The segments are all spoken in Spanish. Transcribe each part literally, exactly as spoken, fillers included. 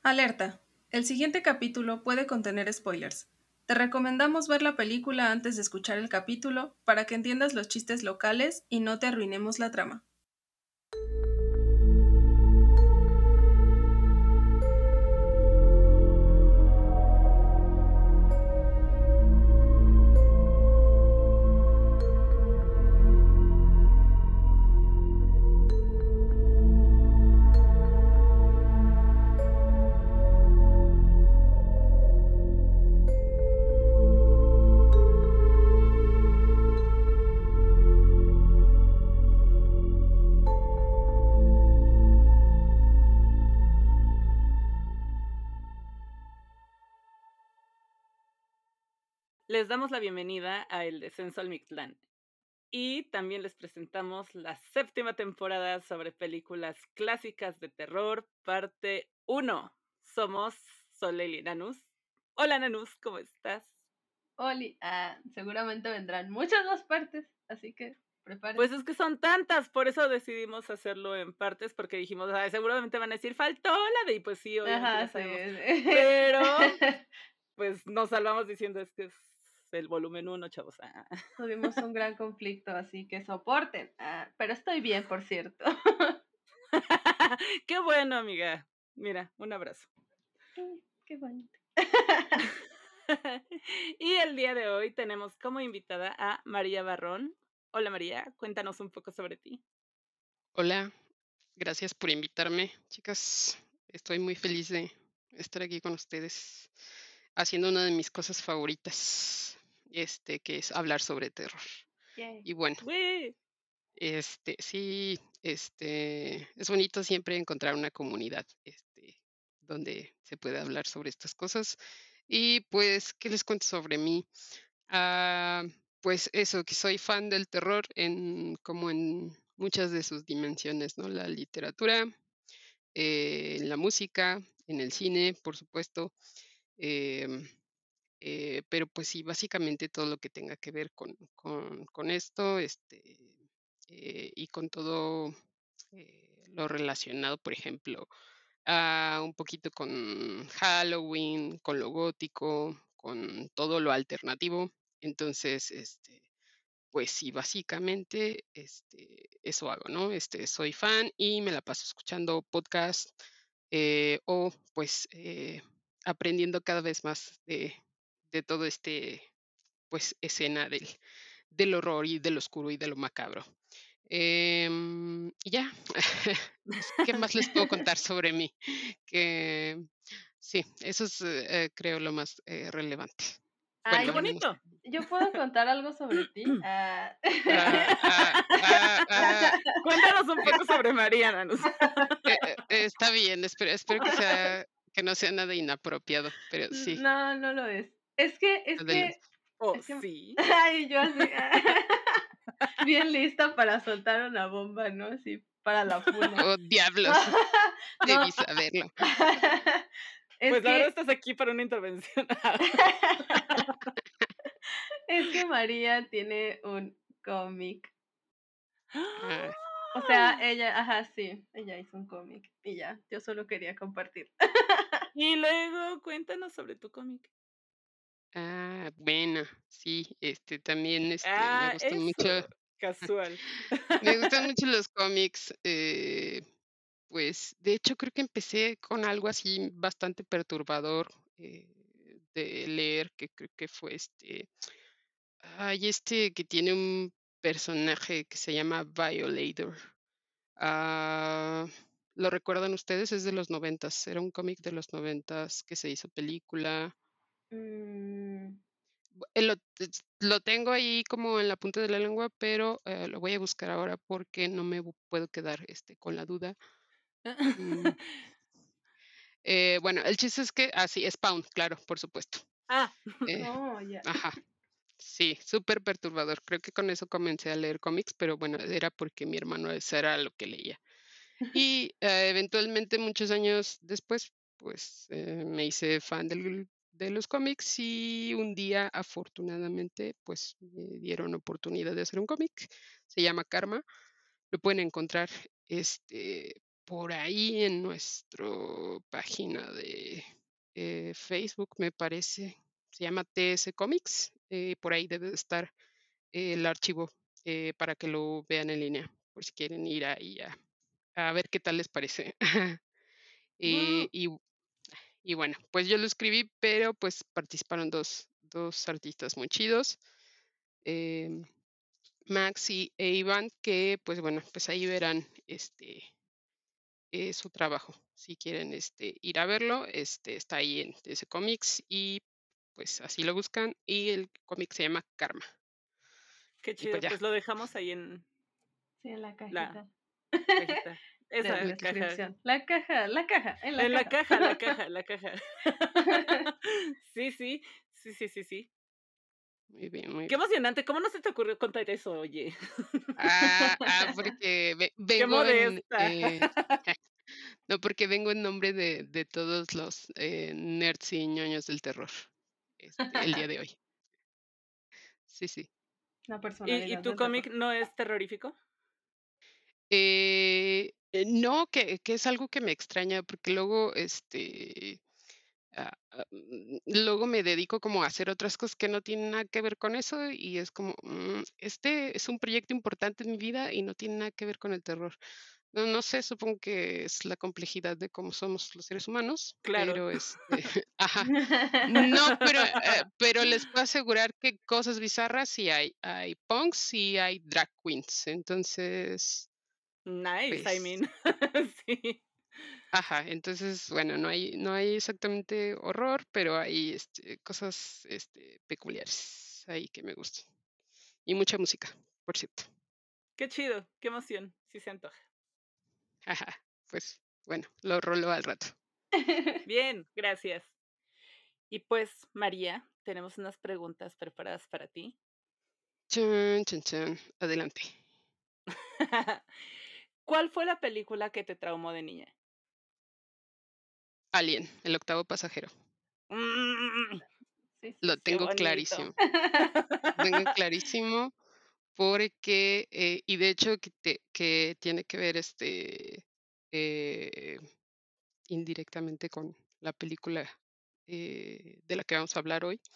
Alerta. El siguiente capítulo puede contener spoilers. Te recomendamos ver la película antes de escuchar el capítulo para que entiendas los chistes locales y no te arruinemos la trama. Les damos la bienvenida a El Descenso al Mictlán y también les presentamos la séptima temporada sobre películas clásicas de terror, parte uno. Somos Soleil y Nanus. Hola Nanus, ¿cómo estás? Oli, ah, seguramente vendrán muchas más partes, así que prepárense. Pues es que son tantas, por eso decidimos hacerlo en partes, porque dijimos, "Ay, seguramente van a decir, faltó la de", y pues sí, obviamente Ajá, ya sí. sabemos, sí. pero pues nos salvamos diciendo es que es el volumen uno, chavos. Ah. Tuvimos un gran conflicto, así que soporten. Ah, pero estoy bien, por cierto. Qué bueno, amiga. Mira, un abrazo. Ay, qué bonito. Y el día de hoy tenemos como invitada a María Barrón. Hola María, cuéntanos un poco sobre ti. Hola, gracias por invitarme, chicas. Estoy muy feliz de estar aquí con ustedes, haciendo una de mis cosas favoritas, este, que es hablar sobre terror. Yay. Y bueno, ¡Uy! este, sí, este, es bonito siempre encontrar una comunidad, este, donde se puede hablar sobre estas cosas. Y pues, ¿qué les cuento sobre mí? Ah, pues eso, que soy fan del terror en como en muchas de sus dimensiones, ¿no? La literatura, eh, la música, en el cine, por supuesto, em, eh, pero pues sí, básicamente todo lo que tenga que ver con, con, con esto, este, eh, y con todo eh, lo relacionado, por ejemplo, a un poquito con Halloween, con lo gótico, con todo lo alternativo. Entonces, este, pues sí, básicamente, este, eso hago, ¿no? Este, soy fan y me la paso escuchando podcast, eh, o pues eh, aprendiendo cada vez más de, de todo este, pues, escena del, del horror y del oscuro y de lo macabro. Em, y ya, pues, ¿qué más les puedo contar sobre mí? Que sí, eso es, eh, creo, lo más eh, relevante. Ah, Bueno, ¡Qué al yo, menos. bonito! yo puedo contar algo sobre ti. Ah. Ah, ah, ah, ah, Cuéntanos un eh, poco sobre María, Nanus. eh, eh, está bien, espero, espero que sea, que no sea nada inapropiado, pero sí, No, no lo es. Es que, es adelante. que, Oh, es que, sí. ay, yo así, bien lista para soltar una bomba, ¿no? Así, para la funa. Oh, No, diablos, debí no. saberlo. Es Pues la verdad que, estás aquí para una intervención. es que María tiene un cómic. Ah, O sea, ella, ajá, sí, ella hizo un cómic y ya, yo solo quería compartir. Y luego cuéntanos sobre tu cómic. ah, bueno, sí, este, también, este, me Ah, gustan mucho, eso, casual. me gustan mucho los cómics, eh, pues, de hecho, creo que empecé con algo así bastante perturbador, eh, de leer, que creo que fue, este, ay, este que tiene un personaje que se llama Violator. Ah, ¿lo recuerdan ustedes? Es de los noventas, era un cómic de los noventas que se hizo película. Mm, Bu eh, lo ts lo tengo ahí como en la punta de la lengua, pero, eh, lo voy a buscar ahora porque no me bu puedo quedar, este, con la duda. Mm, eh, bueno, el chiste es que ah, sí, Spawn, claro, por supuesto. Ah, Eh, oh, ya. ajá, sí, súper perturbador. Creo que con eso comencé a leer cómics, pero bueno, era porque mi hermano eso era lo que leía. Y, eh, eventualmente, muchos años después, pues, eh, me hice fan del de los cómics y un día, afortunadamente, pues, me dieron oportunidad de hacer un cómic. Se llama Karma. Lo pueden encontrar, este, por ahí en nuestra página de eh, Facebook, me parece. Se llama T S Comics. Eh, por ahí debe de estar el archivo eh, para que lo vean en línea, por si quieren ir ahí a, a ver qué tal les parece. Eh, Woo. y, y bueno, pues yo lo escribí, pero pues participaron dos, dos artistas muy chidos, em, Max y e Iván, que pues bueno, pues ahí verán este eh, su trabajo. Si quieren este, ir a verlo, este, está ahí en D C Comics y pues así lo buscan y el cómic se llama Karma. Qué Y pues chido, ya, pues lo dejamos ahí en Sí, en la la cajita cajita. de Esa la caja. caja. descripción. La caja, la caja, en la En la caja. caja, la caja, la caja. Sí, sí, sí, sí, sí, sí. Muy bien, muy Qué bien. emocionante, ¿cómo no se te ocurrió contar eso, oye? Ah, ah, porque ve- Qué vengo en, modesta. eh, no, porque vengo en nombre de, de todos los eh, nerds y ñoños del terror, este, el día de hoy. Sí, sí. La ¿Y y personalidad tu del terror. cómic no es terrorífico? Eh, eh, no, que, que es algo que me extraña, porque luego, este, ah, ah, mm, luego me dedico como a hacer otras cosas que no tienen nada que ver con eso y es como, mm, este es un proyecto importante en mi vida y no tiene nada que ver con el terror. No, no sé, supongo que es la complejidad de cómo somos los seres humanos, Claro. pero este, ajá. No, pero, eh, pero les puedo asegurar que cosas bizarras sí hay. Hay punks y hay drag queens. Entonces, Nice, I pues, mean. Sí. ajá. Entonces, bueno, no hay, no hay exactamente horror, pero hay este, cosas este, peculiares ahí que me gustan. Y mucha música, por cierto. Qué chido, qué emoción, sí se antoja. Ajá. Pues, bueno, lo rolo al rato. Bien, gracias. Y pues, María, tenemos unas preguntas preparadas para ti. Chan, chan, chan. Adelante. ¿Cuál fue la película que te traumó de niña? Alien, el octavo pasajero. Mm, Sí, sí, Lo qué sí. tengo bonito. clarísimo. Tengo clarísimo porque, eh, y de hecho que, te- que tiene que ver este eh, indirectamente con la película eh, de la que vamos a hablar hoy.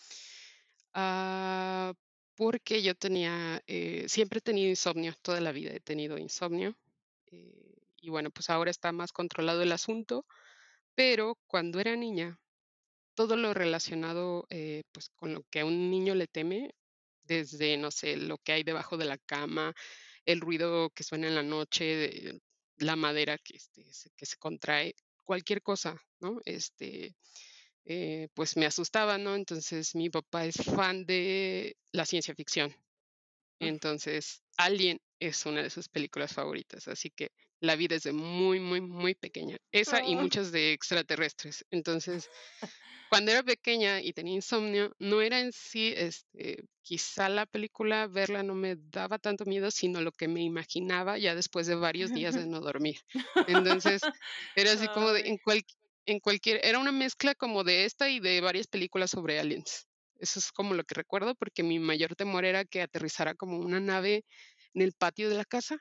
Ah, porque yo tenía, eh, siempre he tenido insomnio, toda la vida he tenido insomnio. eh, y bueno, pues ahora está más controlado el asunto, pero cuando era niña todo lo relacionado, eh, pues, con lo que a un niño le teme, desde, no sé, lo que hay debajo de la cama, el ruido que suena en la noche, de la madera que, este, se que se contrae, cualquier cosa, ¿no? Este, eh, pues, me asustaba, ¿no? Entonces, mi papá es fan de la ciencia ficción. Entonces, Alien es una de sus películas favoritas, así que la vi desde muy, muy, muy pequeña. Esa y Oh. muchas de extraterrestres. Entonces, cuando era pequeña y tenía insomnio, no era en sí, este, quizá la película, verla no me daba tanto miedo, sino lo que me imaginaba ya después de varios días de no dormir. Entonces, era así como de Ay, en cual en cualquier era una mezcla como de esta y de varias películas sobre aliens. Eso es como lo que recuerdo, porque mi mayor temor era que aterrizara como una nave en el patio de la casa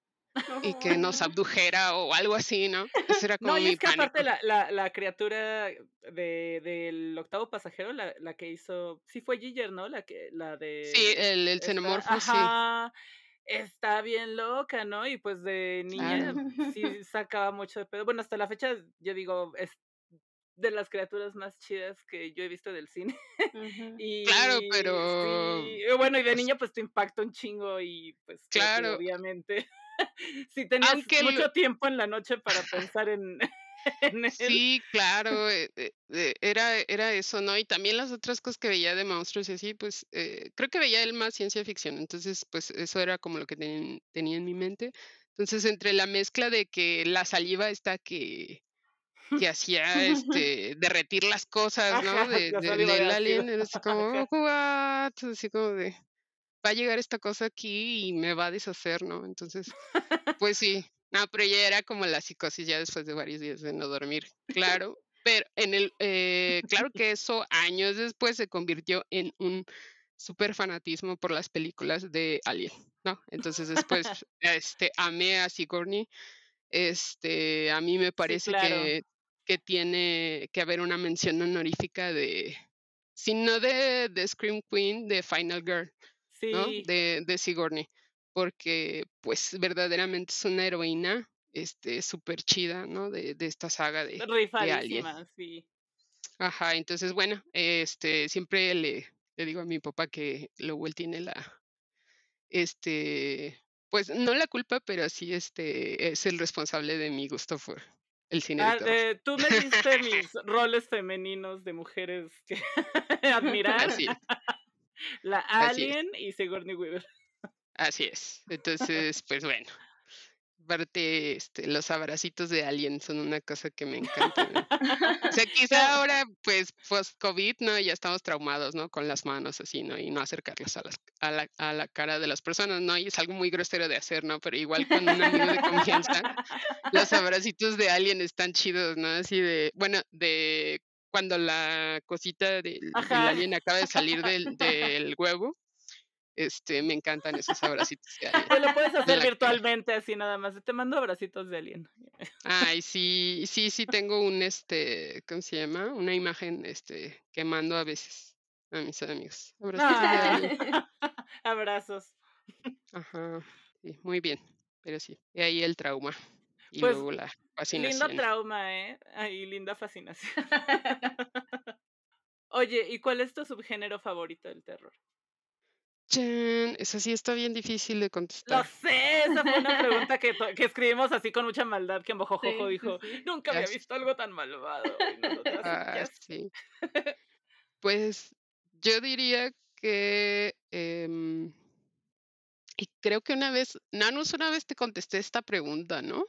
y que Ay, nos no. abdujera o algo así, ¿no? Ese era no, como y mi es que aparte pánico. la la la criatura de del octavo pasajero, la la que hizo sí fue Ginger, ¿no? La que la Sí, del el el esta xenomorfo, sí, ajá, está bien loca, ¿no? Y, pues, de niña claro. sí sacaba mucho de pedo. Bueno, hasta la fecha, yo digo, es de las criaturas más chidas que yo he visto del cine. Ujú. Claro, Y pero, sí, bueno, y de pues, niño, pues, te impacta un chingo y, pues, creo que claro, obviamente sí tenías aunque el mucho tiempo en la noche para pensar en en él. sí, claro, eh eh eh, era era eso, ¿no? Y también las otras cosas que veía de monstruos y así, pues, eh, creo que veía él más ciencia ficción, entonces, pues, eso era como lo que ten tenía en mi mente. Entonces, entre la mezcla de que la saliva esta que que hacía, este, derretir las cosas, ¿no? Ajá, De la del saliva de del ácido. alien, era así como, Ajá. ¿what? Así como de, va a llegar esta cosa aquí y me va a deshacer, ¿no? Entonces, pues sí, no, pero ya era como la psicosis ya después de varios días de no dormir, claro, pero en el, eh, claro que eso años después se convirtió en un súper fanatismo por las películas de Alien, ¿no? Entonces después, este, amé a Sigourney, este, a mí me Sí, parece claro. que que tiene que haber una mención honorífica de, si no de de Scream Queen, de Final Girl, ¿no? Sí, De de Sigourney, porque, pues, verdaderamente es una heroína, este, súper chida, ¿no? De de esta saga de de Alien. rifadísima, sí. Ajá, entonces, bueno, este, siempre le le digo a mi papá que luego él tiene la, este, pues, no la culpa, pero sí, este, es el responsable de mi gusto por el cine de Ah, terror. eh, tú me diste mis roles femeninos de mujeres que admirar, Así es, la así es, Alien y Sigourney Weaver. así es. Entonces, pues, bueno, aparte, este, los abracitos de Alien son una cosa que me encanta, ¿no? O sea, quizá ahora, pues, post-COVID, ¿no? Ya estamos traumados, ¿no? Con las manos así, ¿no? Y no acercarlas a las a la a la cara de las personas, ¿no? Y es algo muy grosero de hacer, ¿no? Pero igual con un amigo de confianza, los abracitos de Alien están chidos, ¿no? Así de, bueno, de cuando la cosita del del Ajá. alien acaba de salir del del huevo, este, me encantan esos abracitos de Alien Pues lo puedes en hacer la cara. virtualmente, así nada más, te mando abracitos de Alien. Ay, sí, sí, sí tengo un, este, ¿cómo se llama? Una imagen, este, que mando a veces a mis amigos. Abracitos de Ah, Alien. abrazos. Ajá, sí, muy bien, pero sí, y ahí el trauma y Pues, luego la lindo fascinación. trauma, ¿eh? Ay, linda fascinación. Oye, ¿y cuál es tu subgénero favorito del terror? Chan, esa sí está bien difícil de Lo contestar. sé, esa fue una pregunta que to que escribimos así con mucha maldad, que Mojojojo Sí, sí, dijo: sí. "Nunca Ya había sé. visto algo tan malvado", y nosotras: Ah, "Ya sé". sí. Pues, yo diría que, em, y creo que una vez, Nanus, una vez te contesté esta pregunta, ¿no?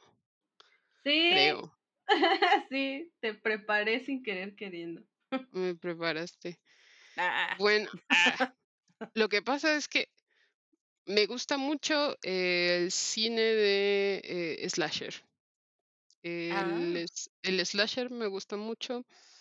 Sí, Creo, sí, te preparé sin querer queriendo. me preparaste. Ah, Bueno, ah, lo que pasa es que me gusta mucho el cine de, eh, slasher. El ah, s el slasher me gusta mucho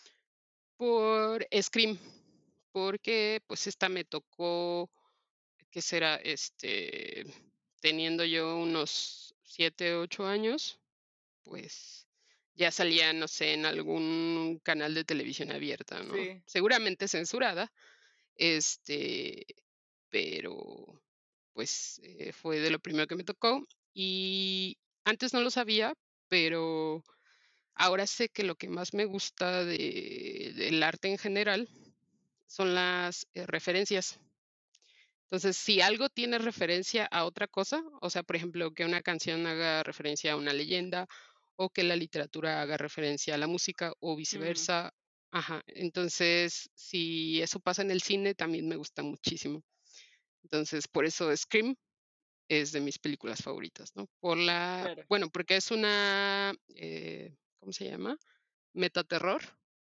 por Scream, porque, pues, esta me tocó, ¿qué será? Este, teniendo yo unos siete ocho años, pues, ya salía, no sé, en algún canal de televisión abierta, ¿no? sí, Seguramente censurada, este, pero, pues, eh, fue de lo primero que me tocó, y antes no lo sabía, pero ahora sé que lo que más me gusta de del arte en general son las, eh, referencias. Entonces, si algo tiene referencia a otra cosa, o sea, por ejemplo, que una canción haga referencia a una leyenda, o que la literatura haga referencia a la música, o mm, viceversa. Ajá. Entonces, si eso pasa en el cine, también me gusta muchísimo. Entonces, por eso Scream es de mis películas favoritas, ¿no? Por la claro, bueno, porque es una, eh, ¿cómo se llama? Metaterror.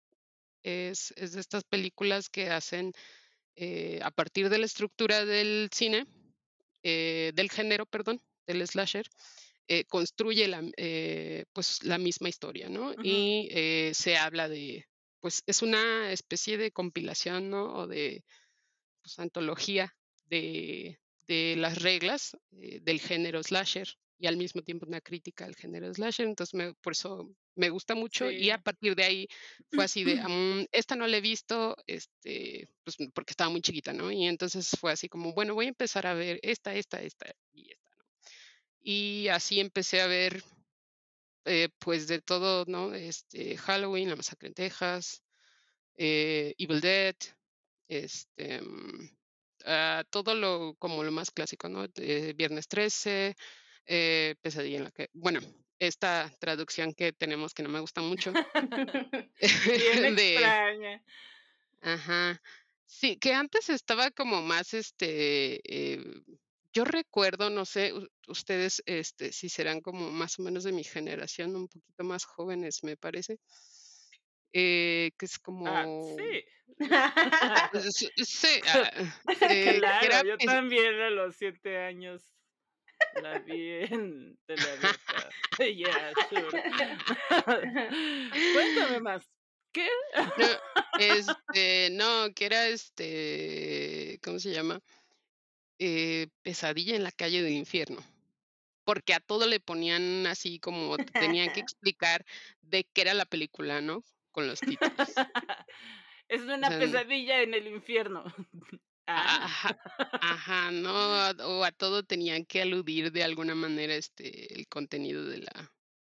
Es es de estas películas que hacen, eh, a partir de la estructura del cine, eh, del género, perdón, del slasher, eh, construye la, eh, pues, la misma historia, ¿no? ujú, Y, eh, se habla de, pues, es una especie de compilación, ¿no? O de, pues, antología de de las reglas, eh, del género slasher, y al mismo tiempo una crítica al género slasher. Entonces, me por eso me gusta mucho, y a sí. partir de ahí fue así de, mm, esta no la he visto, este, pues, porque estaba muy chiquita, ¿no? Y entonces fue así como, bueno, voy a empezar a ver esta, esta, esta y esta, ¿no? Y así empecé a ver, eh, pues, de todo, ¿no? Este, Halloween, La Masacre en Texas, eh, Evil Dead, este, mm, ah, todo lo como lo más clásico, ¿no? Eh, Viernes trece, eh, Pesadilla en la que bueno, esta traducción que tenemos que no me gusta mucho, Bien de extraña. ajá. Sí, que antes estaba como más, este, eh, yo recuerdo, no sé, u ustedes, este, si serán como más o menos de mi generación, un poquito más jóvenes, me parece, eh, que es Ah, como, sí. s sí, ah, eh, que Claro, era, yo pues también a los siete años la vi en tele abierta. Yeah, sure. Cuéntame más. ¿Qué? no, este, no, que era, este, ¿cómo se llama? Eh, Pesadilla en la calle del infierno. porque a todo le ponían así como te tenían que explicar de qué era la película, ¿no? Con los títulos. Es O una sea, n pesadilla en el infierno. a Ah. ajá, ajá, no, o a todo tenían que aludir de alguna manera, este, el contenido de la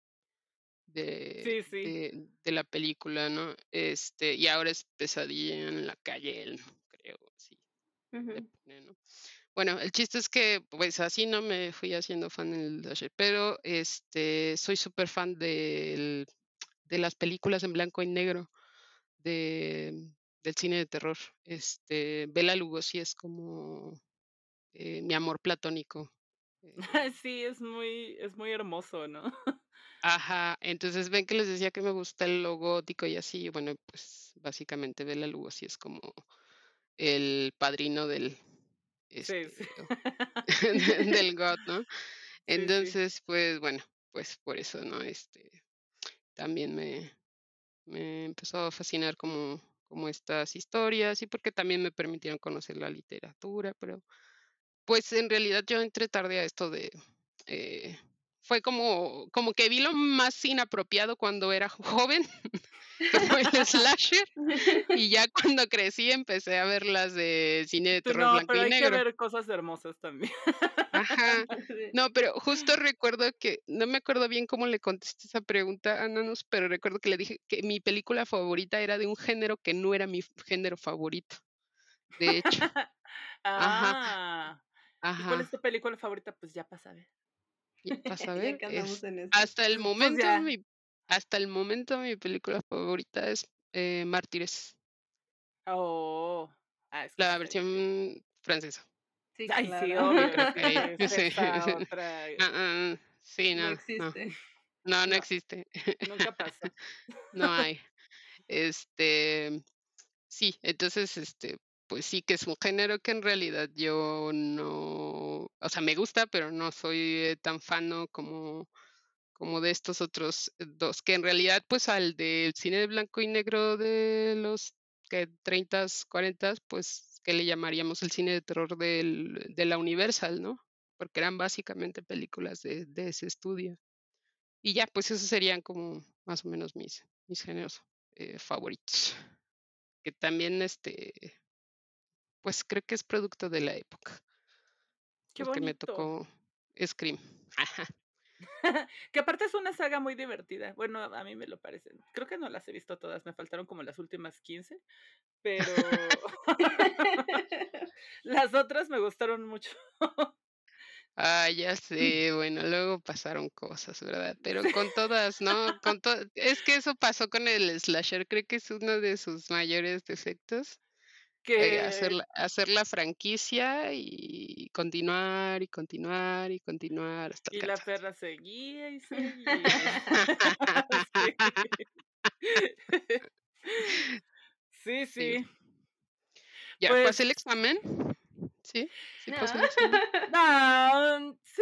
de Sí, sí. de de la película, ¿no? Este, y ahora es Pesadilla en la calle Elm, creo, sí, le Ujú. ponen, ¿no? Bueno, el chiste es que, pues, así no me fui haciendo fan del slasher, pero, este, soy súper fan del de las películas en blanco y negro, de del cine de terror. Este, Bela Lugosi es como, eh, mi amor platónico. Eh, Sí, es muy es muy hermoso, ¿no? ajá, entonces, ven que les decía que me gusta lo gótico y así, bueno, pues, básicamente Bela Lugosi es como el padrino del, Sí, este, sí. del goth, ¿no? Sí, sí. Entonces, pues, bueno, pues, por eso, ¿no? Este, también me me empezó a fascinar como como estas historias, y porque también me permitieron conocer la literatura, pero, pues, en realidad yo entré tarde a esto de, eh, fue como como que vi lo más inapropiado cuando era joven, que fue el slasher, y ya cuando crecí empecé a ver las de cine de Tú terror no, blanco pero y hay que negro. ver cosas hermosas también. Ajá. Sí. No, pero justo recuerdo que no me acuerdo bien cómo le contesté esa pregunta a Nanos, pero recuerdo que le dije que mi película favorita era de un género que no era mi f género favorito, de hecho. Ajá, Ah, ¿y cuál es ajá. tu película favorita? Pues ya para saber. Y para Ya ver, que andamos es en esto. hasta el Pues pues momento ya. mi hasta el momento mi película favorita es, eh, Mártires, Oh, ah, es que sí la está bien chida. versión francesa. Sí, Ay, sí, claro. Yo obvio, creo es que ahí es sí, esa sí. otra, Ah, eh, ah, sí, No no, no, existe. no, no no, existe. nunca pasó. No hay. Este, sí, entonces, este, pues sí que es un género que en realidad yo no, o sea, me gusta, pero no soy, eh, tan fan, ¿no? Como como de estos otros eh, dos, que en realidad, pues, al del cine de blanco y negro de los, que treintas, cuarentas, pues, que le llamaríamos el cine de terror del de la Universal, ¿no? Porque eran básicamente películas de de ese estudio. Y ya, pues, esos serían como más o menos mis mis géneros, eh, favoritos. Que también, este, pues, creo que es producto de la época, Qué porque me bonito. tocó Scream. Ajá. Que aparte es una saga muy divertida. Bueno, a mí me lo parece. Creo que no las he visto todas, me faltaron como las últimas quince, pero las otras me gustaron mucho. Ah, ya sé, bueno, luego pasaron cosas, ¿verdad? Pero con todas, ¿no? Con to es que eso pasó con el slasher, creo que es uno de sus mayores defectos, eh, hacer Que la hacer la franquicia y continuar, y continuar, y continuar hasta el y la cansancio. perra seguía y seguía. Sí. Sí, Sí. sí. ¿Ya Pues pasé el examen? ¿Sí? ¿Sí pasé No. el examen? no, sí.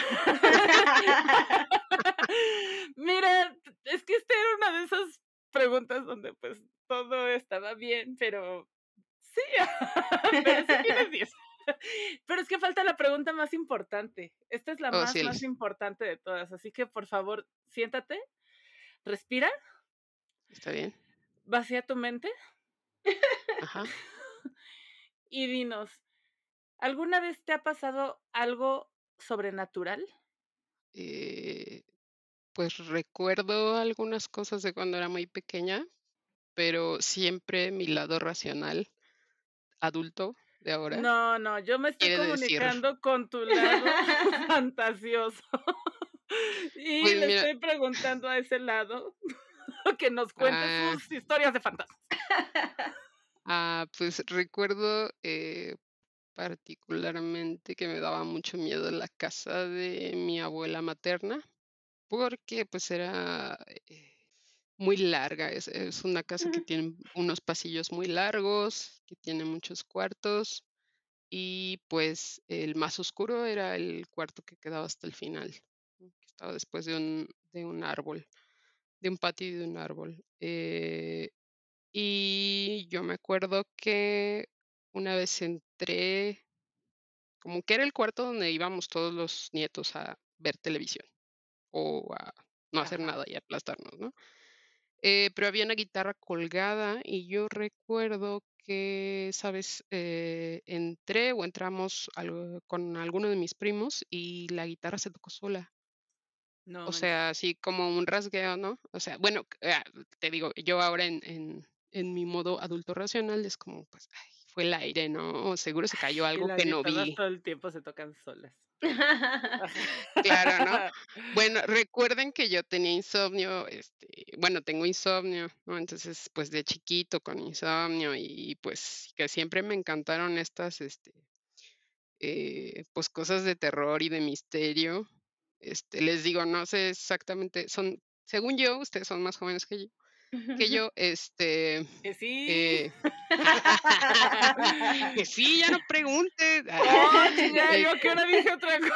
Mira, es que esta era una de esas preguntas donde, pues, todo estaba bien, pero sí, pero sí tienes diez. Pero es que falta la pregunta más importante. Esta es la Oh, más, más cielos. importante de todas, así que, por favor, siéntate, respira, ¿Está bien? vacía tu mente Ajá. y dinos, ¿alguna vez te ha pasado algo sobrenatural? Eh, pues recuerdo algunas cosas de cuando era muy pequeña, pero siempre mi lado racional adulto de ahora No, no, yo me estoy quiere decir, comunicando con tu lado fantasioso. Y pues le mira, estoy preguntando a ese lado que nos cuente ah, sus historias de fantasmas. ah, pues recuerdo, eh, particularmente que me daba mucho miedo la casa de mi abuela materna, porque pues era, eh, muy larga, es es una casa que tiene unos pasillos muy largos, que tiene muchos cuartos. Y, pues, el más oscuro era el cuarto que quedaba hasta el final, ¿no? Que estaba después de un de un árbol, de un patio y de un árbol. Eh, y yo me acuerdo que una vez entré, como que era el cuarto donde íbamos todos los nietos a ver televisión o a no hacer Ajá. nada y aplastarnos, ¿no? Eh, pero había una guitarra colgada y yo recuerdo que, ¿sabes? Eh, entré o entramos al- con alguno de mis primos y la guitarra se tocó sola. No O manches. sea, así como un rasgueo, ¿no? O sea, bueno, c- ah, te digo, yo ahora en, en, en mi modo adulto racional es como, pues, ay, fue el aire, ¿no? O seguro se cayó Y algo las que no guitarras vi. todo el tiempo se tocan solas. Claro, ¿no? Ajá. Bueno, recuerden que yo tenía insomnio, este, bueno, tengo insomnio, ¿no? Entonces, pues de chiquito con insomnio y pues que siempre me encantaron estas, este, eh, pues cosas de terror y de misterio. Este, les digo, no sé exactamente, son, según yo, ustedes son más jóvenes que yo, que yo, este, Que sí. eh, que sí, ya no preguntes. Oh, chinga, Eh, yo que ahora dije otra cosa.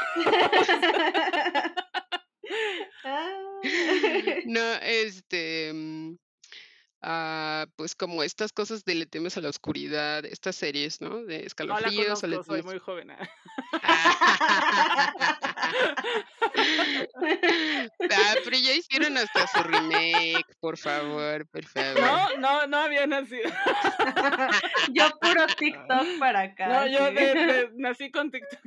no, este, mm, ah, pues como estas cosas de Le temes a la oscuridad, estas series, ¿no? De No la Escalofríos o Le conozco, soy temes. muy joven. Ah, pero ya hicieron hasta su remake, por favor, por favor. No, no, no había nacido. Yo puro TikTok para No, acá, yo sí. de, de- nací con TikTok.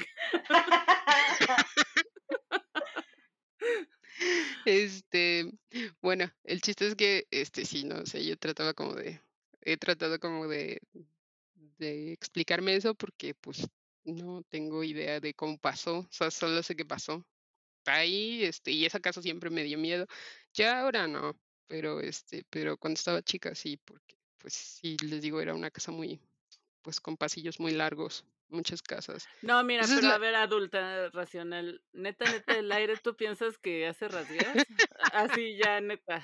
Este, bueno, el chiste es que, este, sí, no, o sea, yo trataba como de, he tratado como de, de explicarme eso porque, pues, no tengo idea de cómo pasó, o sea, solo sé que pasó. Ahí, este, y esa casa siempre me dio miedo. Ya ahora no, pero, este, pero cuando estaba chica sí, porque, pues, sí, les digo, era una casa muy, pues, con pasillos muy largos, muchas casas. No, mira, Esa es pero la a ver, adulta, racional, neta, neta, el aire, ¿tú piensas que hace rasgueos? Así ya, neta.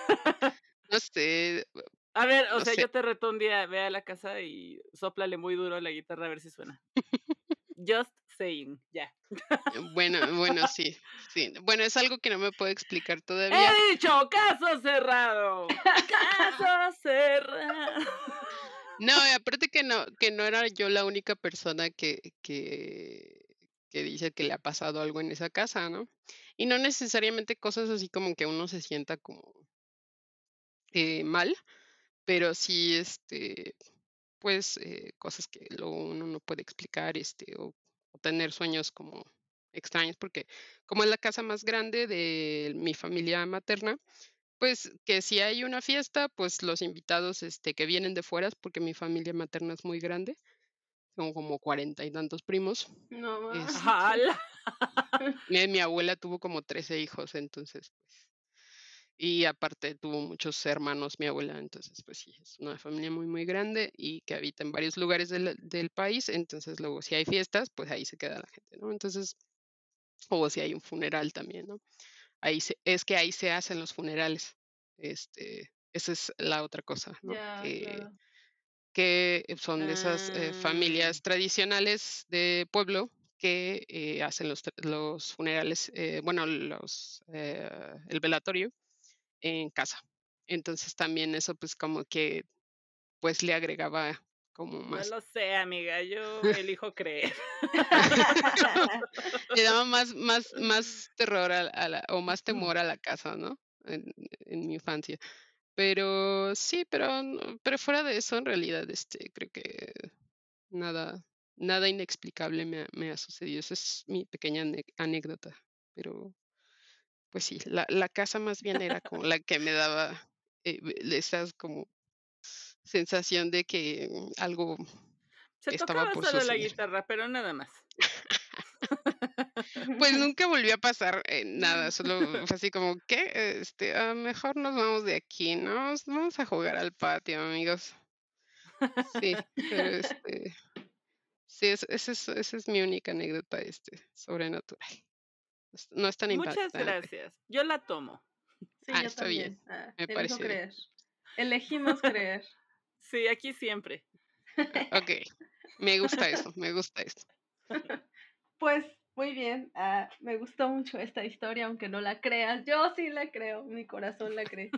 no sé, A ver, o no sea, sé. yo te reto un día, ve a la casa y sóplale muy duro a la guitarra a ver si suena. Just saying, ya. Bueno, bueno, sí, sí. Bueno, es algo que no me puedo explicar todavía. He dicho, caso cerrado. Caso cerrado. No, y aparte que no, que no era yo la única persona que, que, que dice que le ha pasado algo en esa casa, ¿no? Y no necesariamente cosas así como que uno se sienta como eh, mal, pero sí, este, pues, eh, cosas que luego uno no puede explicar, este, o, o tener sueños como extraños, porque como es la casa más grande de mi familia materna, pues que si hay una fiesta, pues los invitados, este, que vienen de fuera, porque mi familia materna es muy grande, son como cuarenta y tantos primos. No manches. Este, Jala. mi, mi abuela tuvo como trece hijos, entonces, pues, y aparte tuvo muchos hermanos mi abuela, entonces, pues sí, es una familia muy, muy grande y que habita en varios lugares del, del país, entonces luego si hay fiestas, pues ahí se queda la gente, ¿no? Entonces, o si hay un funeral también, ¿no? Ahí se, es que ahí se hacen los funerales. Este, esa es la otra cosa, ¿no? Ya, Que, claro. que son de esas eh, Ah, familias tradicionales de pueblo que eh, hacen los, tra- los funerales, eh, bueno, los, eh, el velatorio en casa. Entonces también eso pues como que pues le agregaba como no más, lo sé, amiga, yo elijo creer. le daba más, más, más terror a, a la, o más temor a la casa, ¿no? En, en mi infancia. Pero sí, pero, no- pero fuera de eso, en realidad, este, creo que nada, nada inexplicable me ha, me ha sucedido. Esa es mi pequeña ane- anécdota. Pero, pues sí, la, la casa más bien era como la que me daba eh, esas como sensación de que mm, algo Se estaba tocaba por solo la suceder. guitarra, pero nada más. Pues nunca volvió a pasar eh, nada, solo fue así como que, este, "Ah, mejor nos vamos de aquí, ¿no? Vamos a jugar al patio, amigos." Sí, pero este, sí, es, esa es, esa es mi única anécdota, este, sobrenatural. Es- No es tan Muchas impactante. gracias. Yo la tomo. Sí, Ah, yo está bien, también. Ah, me elijo parece bien. creer. Elegimos creer. Sí, aquí siempre. Ah, ok, me gusta eso, me gusta eso. Pues muy bien, ah, me gustó mucho esta historia, aunque no la creas. Yo sí la creo, mi corazón la cree.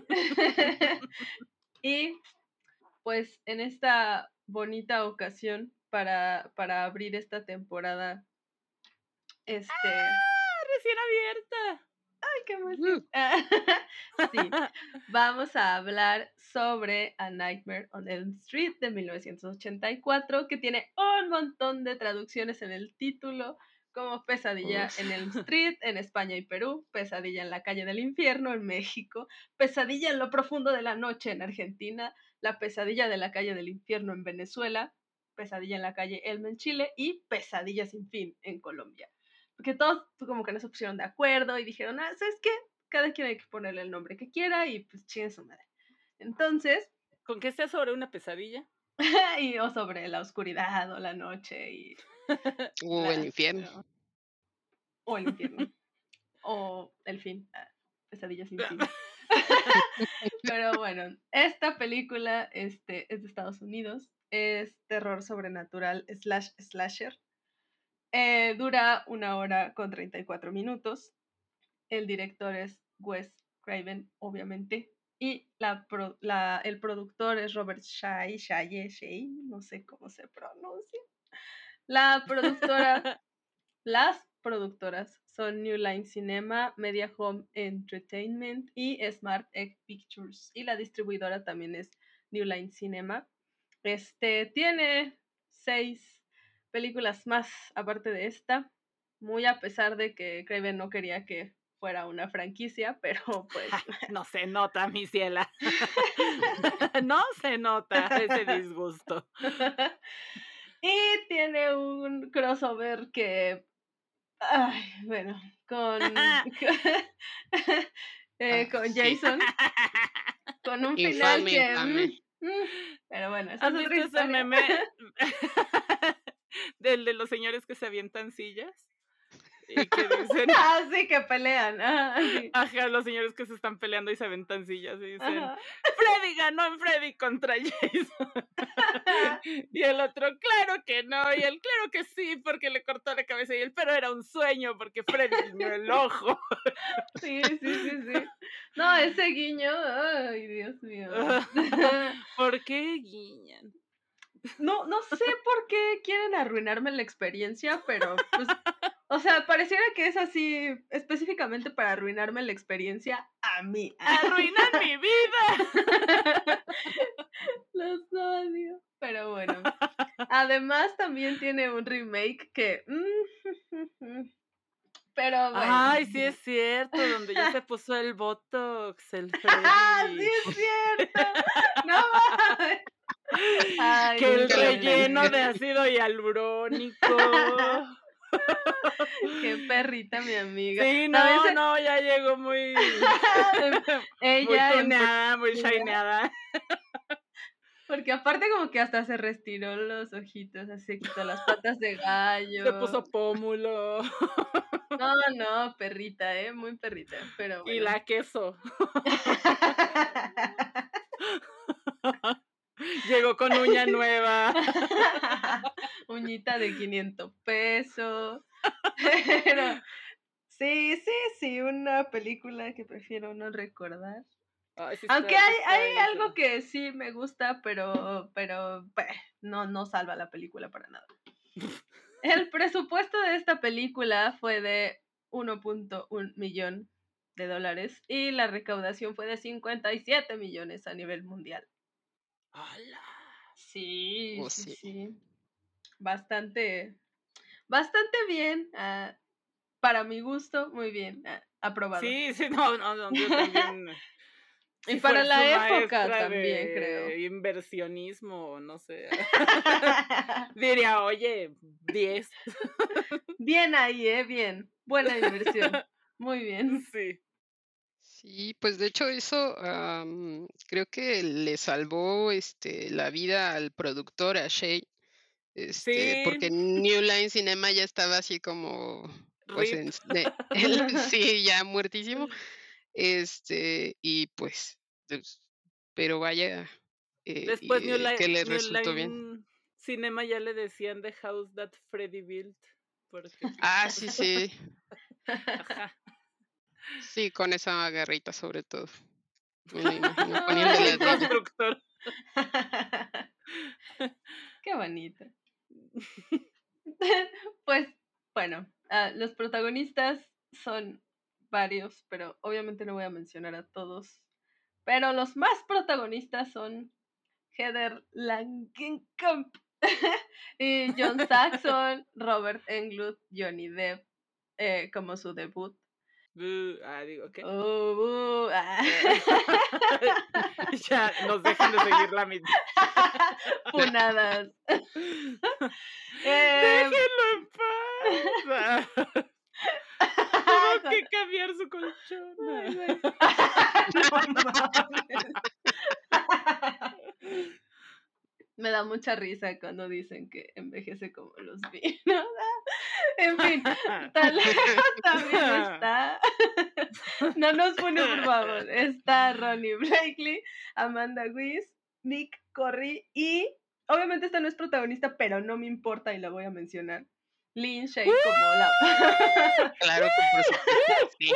Y pues en esta bonita ocasión para, para abrir esta temporada, este, recién abierta. ¡Ay, qué emoción! Sí, vamos a hablar sobre A Nightmare on Elm Street de mil novecientos ochenta y cuatro, que tiene un montón de traducciones en el título, como Pesadilla Uf. en Elm Street en España y Perú, Pesadilla en la calle del infierno en México, Pesadilla en lo profundo de la noche en Argentina, La pesadilla de la calle del infierno en Venezuela, Pesadilla en la calle Elm en Chile y Pesadilla sin fin en Colombia. Porque todos como que no se pusieron de acuerdo y dijeron, ah, ¿sabes qué? Cada quien hay que ponerle el nombre que quiera y pues chingue su madre. Entonces, ¿Con qué sea sobre una pesadilla? y o sobre la oscuridad o la noche y O la- el infierno. o el infierno o el fin, ah, pesadilla sin fin. Pero bueno, esta película este, es de Estados Unidos, es terror sobrenatural slash slasher. Eh, dura una hora con treinta y cuatro minutos. El director es Wes Craven, obviamente. Y la, pro- la- el productor es Robert Shai, Shaye, Shai, no sé cómo se pronuncia. La productora, las productoras son New Line Cinema, Media Home Entertainment y Smart Egg Pictures. Y la distribuidora también es New Line Cinema. Este tiene seis películas más aparte de esta, muy a pesar de que Craven no quería que fuera una franquicia, pero pues No se nota, mi ciela. No se nota ese disgusto. y tiene un crossover que, ay, bueno, con, eh, Ah, con sí. Jason, con un final Infame, que, infame. mm, mm, pero bueno, esa ¿Has es otra visto ese historia. meme del de los señores que se avientan sillas? Y que dicen, Ah, sí, que pelean. Ajá, sí. ajá, los señores que se están peleando y se aventan sillas y dicen, Ajá. Freddy ganó en Freddy contra Jason. Y el otro, claro que no, y él, claro que sí, porque le cortó la cabeza, y él, pero era un sueño, porque Freddy guiñó el ojo. Sí, sí, sí, sí. No, ese guiño, ay, Dios mío. ¿Por qué guiñan? No, no sé por qué quieren arruinarme la experiencia, pero pues, o sea, pareciera que es así específicamente para arruinarme la experiencia a mí. ¡Arruinan mi vida! Los odio. Pero bueno. Además también tiene un remake que... mm, pero bueno. Ay, sí es cierto, donde ya se puso el Botox, el ¡Ah, sí Freddy. es cierto! ¡No mames! Ay, Que el Nunca lo relleno pensé. de ácido hialurónico. Qué perrita mi amiga. Sí, ¿Sabes? no, no, ya llegó muy, muy Ella en tuneada, muy profundidad, shineada. porque aparte como que hasta se restiró los ojitos, así quitó las patas de gallo. Se puso pómulo. No, no, perrita, eh, muy perrita, pero Y bueno. la queso. Llegó con uña nueva. Uñita de quinientos pesos. Pero sí, sí, sí, una película que prefiero no recordar. Ay, sí Aunque está, sí hay, está hay buenísimo. algo que sí me gusta, pero, pero bah, no, no salva la película para nada. El presupuesto de esta película fue de uno punto uno millón de dólares y la recaudación fue de cincuenta y siete millones a nivel mundial. ¡Hala! Sí, Oh, sí, sí. sí. Bastante, bastante bien. ah, para mi gusto, muy bien. ah, aprobado. Sí, sí, no, no, no, yo también. Y Si para fuera su la época maestra también, creo. de inversionismo, no sé. Diría, oye, diez. Bien ahí, ¿eh? Bien. Buena inversión. Muy bien. Sí. Sí, pues de hecho eso am, creo que le salvó este la vida al productor, a Shea, este, porque Sí, New Line Cinema ya estaba así como, pues rip. en, s- de- él sí, ya muertísimo, este, y pues, pues, pero vaya, eh, Después y, New eh, que Line, le New resultó bien. Line Cinema ya le decían The House That Freddy Built. Porque, pues, Ah, sí, sí, ajá. sí, con esa garrita sobre todo, me lo imagino poniendo El ladrillo. constructor. Qué bonito. Pues bueno, ah, los protagonistas son varios, pero obviamente no voy a mencionar a todos. Pero los más protagonistas son Heather Langenkamp y John Saxon, Robert Englund, Johnny Depp, eh, como su debut. Uh, ah, digo, ¿qué? Uh, uh, ah. Ya nos dejan de seguir la mitad. Punadas. Déjenlo en paz. Tuvo que cambiar su colchón. Ay, güey. No mames. Me da mucha risa cuando dicen que envejece como los vinos. En fin, tal también está. No nos pone, por favor. Está Ronnie Blakely, Amanda Weiss, Nick Corry y obviamente esta no es protagonista, pero no me importa y la voy a mencionar. Lin Shaye como la. Claro que por supuesto. Sí.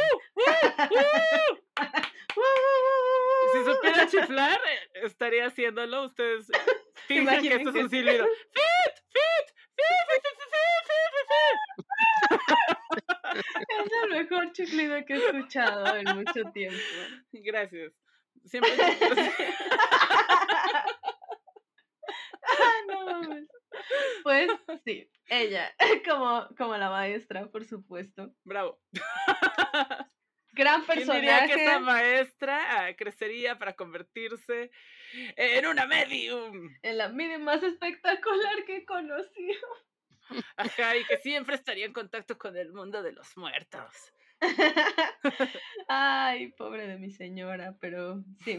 Si supiera chiflar, estaría haciéndolo. Ustedes fingen que esto es un silbido. ¡Fit! ¡Fit! ¡Fit! ¡Fit! ¡Fit! ¡Fit! Es el mejor chiflido que he escuchado en mucho tiempo. Gracias. Siempre. No mames. Pues sí, ella, como, como la maestra, por supuesto. Bravo. Gran ¿Quién personaje. diría que esta maestra ah, crecería para convertirse en una medium? En la medium más espectacular que he conocido. Ajá, y que siempre estaría en contacto con el mundo de los muertos. Ay, pobre de mi señora, pero sí.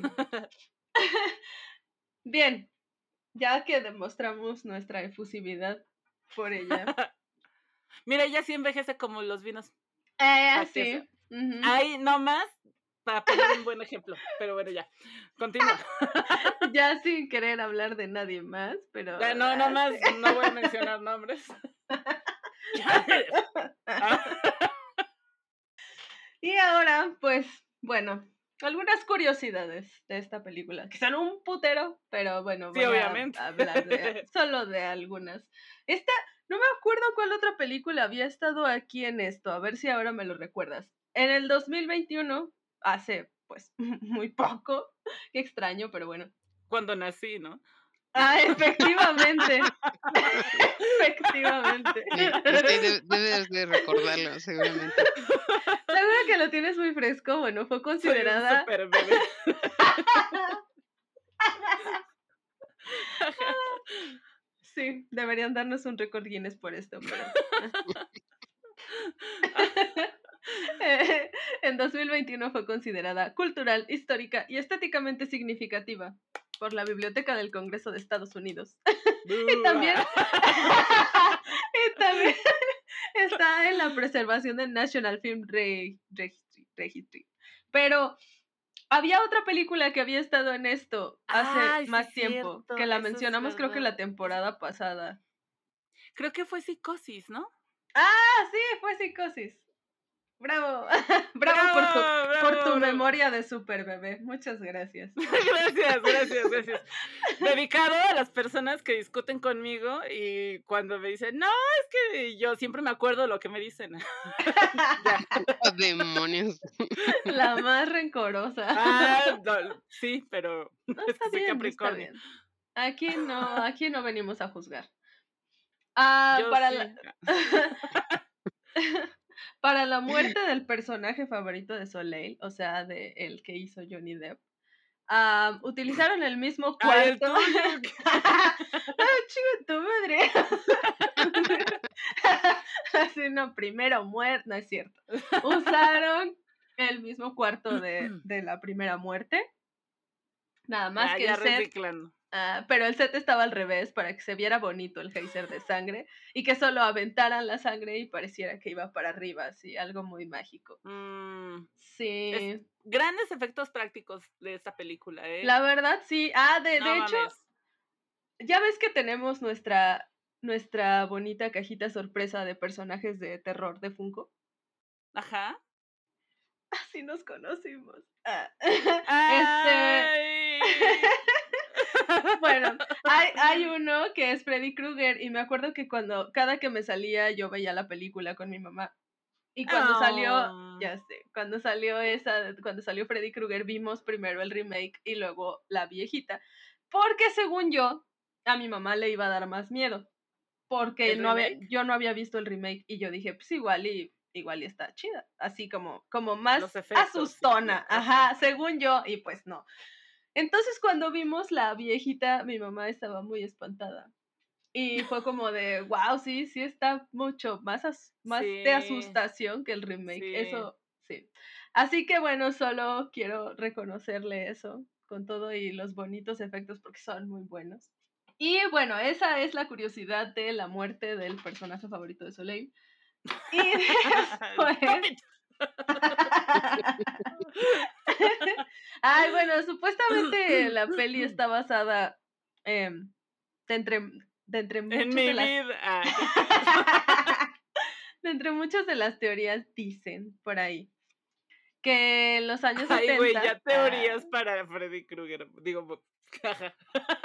Bien, ya que demostramos nuestra efusividad por ella. Mira, ella sí envejece como los vinos. Eh, Así sí. es. Ujú. Ahí nomás para poner un buen ejemplo. Pero bueno, ya. Continúa. Ya sin querer hablar de nadie más, pero. Ya, no, nomás no voy a mencionar nombres. Y ahora, pues, bueno, algunas curiosidades de esta película, que son un putero, pero bueno, Sí, voy obviamente. a hablar de, solo de algunas. Esta, no me acuerdo cuál otra película había estado aquí en esto, a ver si ahora me lo recuerdas. En el dos mil veintiuno, hace pues muy poco, qué extraño, pero bueno. Cuando nací, ¿no? Ah, efectivamente. Efectivamente. Sí, sí, de- debes de recordarlo, seguramente. Seguro que lo tienes muy fresco. Bueno, fue Soy un considerada. super bebé. Sí, deberían darnos un récord Guinness por esto. Pero... en dos mil veintiuno fue considerada cultural, histórica y estéticamente significativa por la Biblioteca del Congreso de Estados Unidos. Y también, y también está en la preservación del National Film Re- Registry, Registry. Pero había otra película que había estado en esto hace Ay, sí, más tiempo, cierto, que la eso es mencionamos creo que verdad. la temporada pasada. Creo que fue Psicosis, ¿no? Ah, sí, fue Psicosis. Bravo, bravo, por tu, ¡Bravo, por bravo, tu bravo! memoria de super bebé. Muchas gracias. Gracias, gracias, gracias. Dedicado a las personas que discuten conmigo y cuando me dicen, no, es que yo siempre me acuerdo lo que me dicen. Ya. ¡Oh, demonios! La más rencorosa. Ah, no, sí, pero No, es está que soy bien, está Capricornio. bien. Aquí no, aquí no venimos a juzgar. Ah, Yo para sí. la... Para la muerte del personaje favorito de Soleil, o sea, de el que hizo Johnny Depp, ah, utilizaron el mismo Ay, el cuarto. tuyo. ¡Ay, chinga tu madre! Así, no, primero muerte, no es cierto. Usaron el mismo cuarto de, de la primera muerte. Nada más Ya, que ya el set. reciclando. Ah, pero el set estaba al revés para que se viera bonito el geyser de sangre y que solo aventaran la sangre y pareciera que iba para arriba, así, algo muy mágico. Mm, Sí, es- grandes efectos prácticos de esta película, ¿eh? la verdad sí. Ah, de, No de hecho, mames. ya ves que tenemos nuestra, nuestra bonita cajita sorpresa de personajes de terror de Funko. Ajá. Así nos conocimos. Ah. Ay. Este. Bueno, hay, hay uno que es Freddy Krueger y me acuerdo que cuando cada que me salía yo veía la película con mi mamá Y cuando salió, Oh. ya sé, cuando salió esa, cuando salió Freddy Krueger, vimos primero el remake y luego la viejita. Porque según yo, a mi mamá le iba a dar más miedo. Porque ¿El no había, remake? yo no había visto el remake y yo dije, pues igual y igual y está chida. Así como, como más Los efectos, sí, asustona. claro, Ajá, ajá. según yo, y pues no. Entonces cuando vimos la viejita, mi mamá estaba muy espantada. Y fue como de, wow, sí, sí está mucho más, as- más de Sí, asustación que el remake. sí. Eso, sí. Así que bueno, solo quiero reconocerle eso con todo y los bonitos efectos porque son muy buenos. Y bueno, esa es la curiosidad de la muerte del personaje favorito de Soleil. Y después... Stop it. Ay, bueno, supuestamente la peli está basada em, de entre, de entre En muchas mi de las... vida. Ah, ya te- de entre muchas de las teorías dicen por ahí que en los años Ay, güey, setenta... ya teorías para Freddy Krueger. Digo, bu- jaja.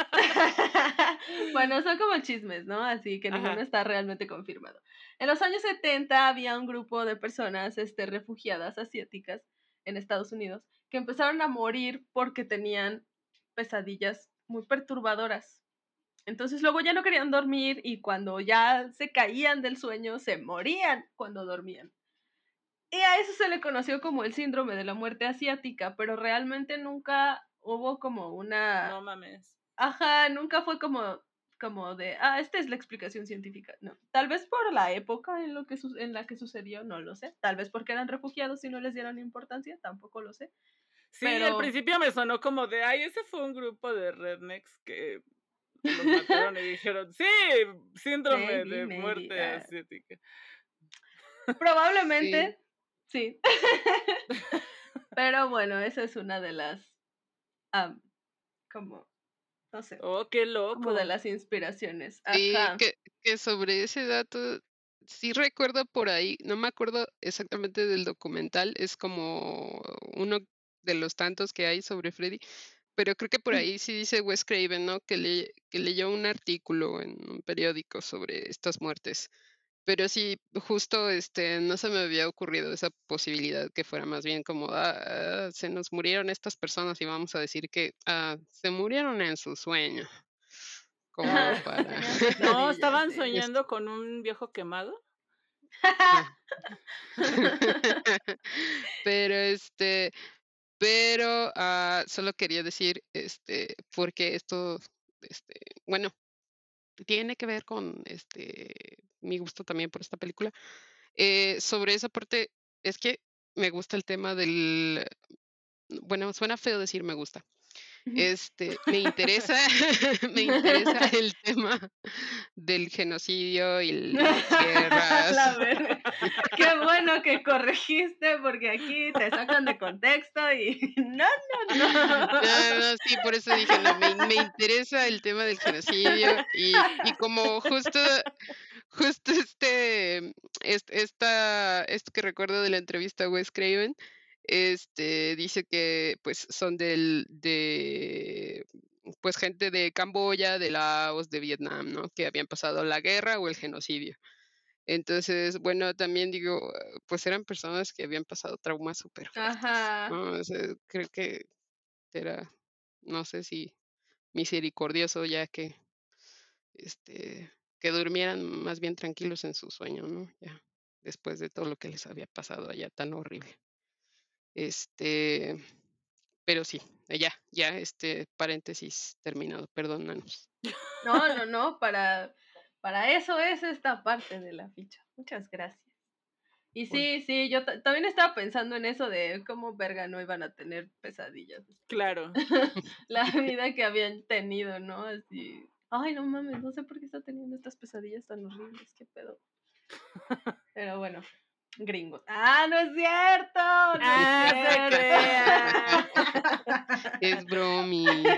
bueno, son como chismes, ¿no? Así que ninguno Ajá. está realmente confirmado. En los años setenta había un grupo de personas este, refugiadas asiáticas en Estados Unidos que empezaron a morir porque tenían pesadillas muy perturbadoras. Entonces luego ya no querían dormir y cuando ya se caían del sueño se morían cuando dormían. Y a eso se le conoció como el síndrome de la muerte asiática, pero realmente nunca hubo como una... No mames. Ajá, nunca fue como, como de, ah, esta es la explicación científica. No, tal vez por la época en, lo que su- en la que sucedió, no lo sé. Tal vez porque eran refugiados y no les dieron importancia, tampoco lo sé. Sí, al Pero, principio me sonó como de, ay, ese fue un grupo de rednecks que los mataron y dijeron, sí, síndrome maybe, de maybe. muerte ah, asiática. probablemente, Sí. sí. Pero bueno, esa es una de las, am, como, no sé, Oh, qué como de loco. las inspiraciones. Sí, Ajá. que, que sobre ese dato, sí recuerdo por ahí, no me acuerdo exactamente del documental, es como uno de los tantos que hay sobre Freddy, pero creo que por ahí sí dice Wes Craven, ¿no? Que, le, que leyó un artículo en un periódico sobre estas muertes. Pero sí, justo este, no se me había ocurrido esa posibilidad que fuera más bien como, ah, ah, se nos murieron estas personas y vamos a decir que ah, se murieron en su sueño, como Ajá, para... tenían No, pesadillas, estaban sí. es- soñando con un viejo quemado. ah. Pero este, pero ah, solo quería decir, este, porque esto, este, bueno, tiene que ver con este mi gusto también por esta película. Eh, sobre esa parte, es que me gusta el tema del, bueno, suena feo decir me gusta. Este, me interesa, me interesa el tema del genocidio y las guerras. La verga. Qué bueno que corregiste porque aquí te sacan de contexto y no, no, No, no. no, sí, por eso dije, no, me, me interesa el tema del genocidio y, y como justo, justo este, est- esta, esto que recuerdo de la entrevista a Wes Craven, este, dice que pues son del, de, pues gente de Camboya, de Laos, de Vietnam, ¿no? Que habían pasado la guerra o el genocidio. Entonces, bueno, también digo, eh, pues eran personas que habían pasado traumas súper fuertes, Ajá. ¿no? O sea, creo que era, no sé si misericordioso, ya que, este, que durmieran más bien tranquilos en su sueño, ¿no? Ya, después de todo lo que les había pasado allá tan horrible. Este, pero sí, eh, ya, ya, este paréntesis terminado, perdónanos. No, no, no, para, para eso es esta parte de la ficha. Muchas gracias. Y Bueno, sí, sí, yo ta- también estaba pensando en eso de cómo verga no iban a tener pesadillas después de Claro. la vida que habían tenido, ¿no? Así, ay, no mames, no sé por qué está teniendo estas pesadillas tan horribles, qué pedo. Pero bueno, gringos. Ah, no es cierto, no es Ah, se crea. cierto. es bromi.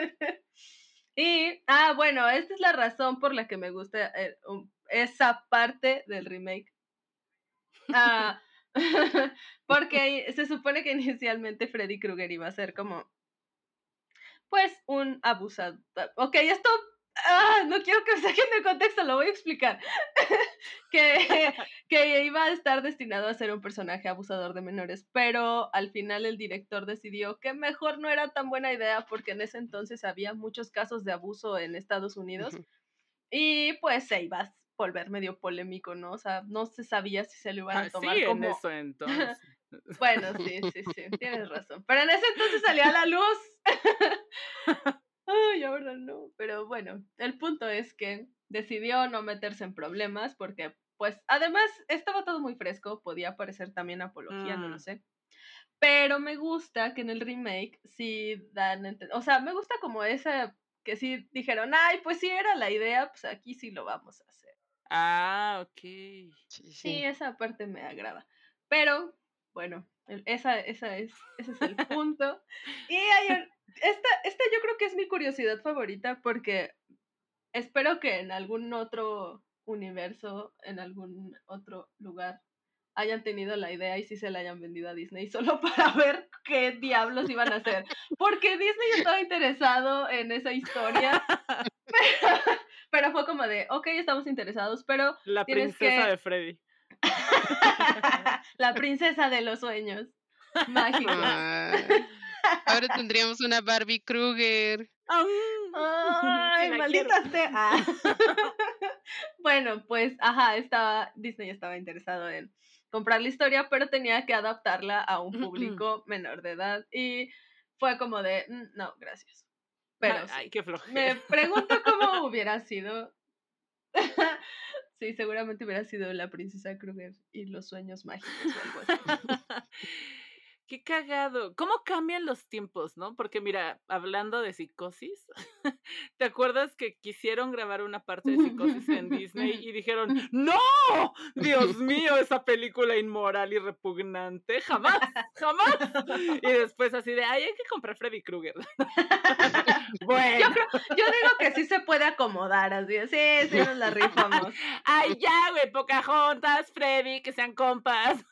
Y, ah, bueno, esta es la razón por la que me gusta eh, um, esa parte del remake. Ah, porque se supone que inicialmente Freddy Krueger iba a ser como, pues, un abusador. Ok, esto Ah, no quiero que me saquen de contexto, lo voy a explicar. que, que iba a estar destinado a ser un personaje abusador de menores, pero al final el director decidió que mejor no era tan buena idea porque en ese entonces había muchos casos de abuso en Estados Unidos Ujú. y pues se iba a volver medio polémico, ¿no? O sea, no se sabía si se lo iban Ah, a sí, tomar en como... eso entonces. Bueno, sí, sí, sí, tienes razón. Pero en ese entonces salía a la luz. Ay, ahora no. Pero bueno, el punto es que decidió no meterse en problemas porque, pues, además estaba todo muy fresco, podía parecer también apología, no lo Mm, sé. Pero me gusta que en el remake sí dan, a ente- o sea, me gusta como esa, que sí dijeron, ay, pues sí era la idea, pues aquí sí lo vamos a hacer. Ah, ok. Sí, Sí, sí. esa parte me agrada. Pero, bueno, el- esa, esa es, ese es el punto. Y hay un- esta, esta yo creo que es mi curiosidad favorita porque espero que en algún otro universo, en algún otro lugar, hayan tenido la idea y sí se la hayan vendido a Disney solo para ver qué diablos iban a hacer. Porque Disney estaba interesado en esa historia, pero fue como de, ok, estamos interesados, pero La tienes princesa que... de Freddy. La princesa de los sueños mágicos. Ay, ahora tendríamos una Barbie Kruger. Ah, sí Ay, la quiero. maldita sea. Ah. Bueno, pues, ajá, estaba, Disney estaba interesado en comprar la historia, pero tenía que adaptarla a un público menor de edad y fue como de, "Mm, no, gracias." Pero Ay, sí, qué flojera. me pregunto cómo hubiera sido. Sí, seguramente hubiera sido la princesa Kruger y los sueños mágicos o algo así. Qué cagado. ¿Cómo cambian los tiempos, no? Porque mira, hablando de Psicosis, ¿te acuerdas que quisieron grabar una parte de Psicosis en Disney y dijeron, ¡no! ¡Dios mío, esa película inmoral y repugnante! ¡Jamás! ¡Jamás! Y después así de, ¡ay, hay que comprar Freddy Krueger! Yo Bueno. creo, yo digo que sí se puede acomodar, así, de, sí, sí nos la rifamos. ¡Ay, ya, güey! Pocahontas, Freddy, que sean compas.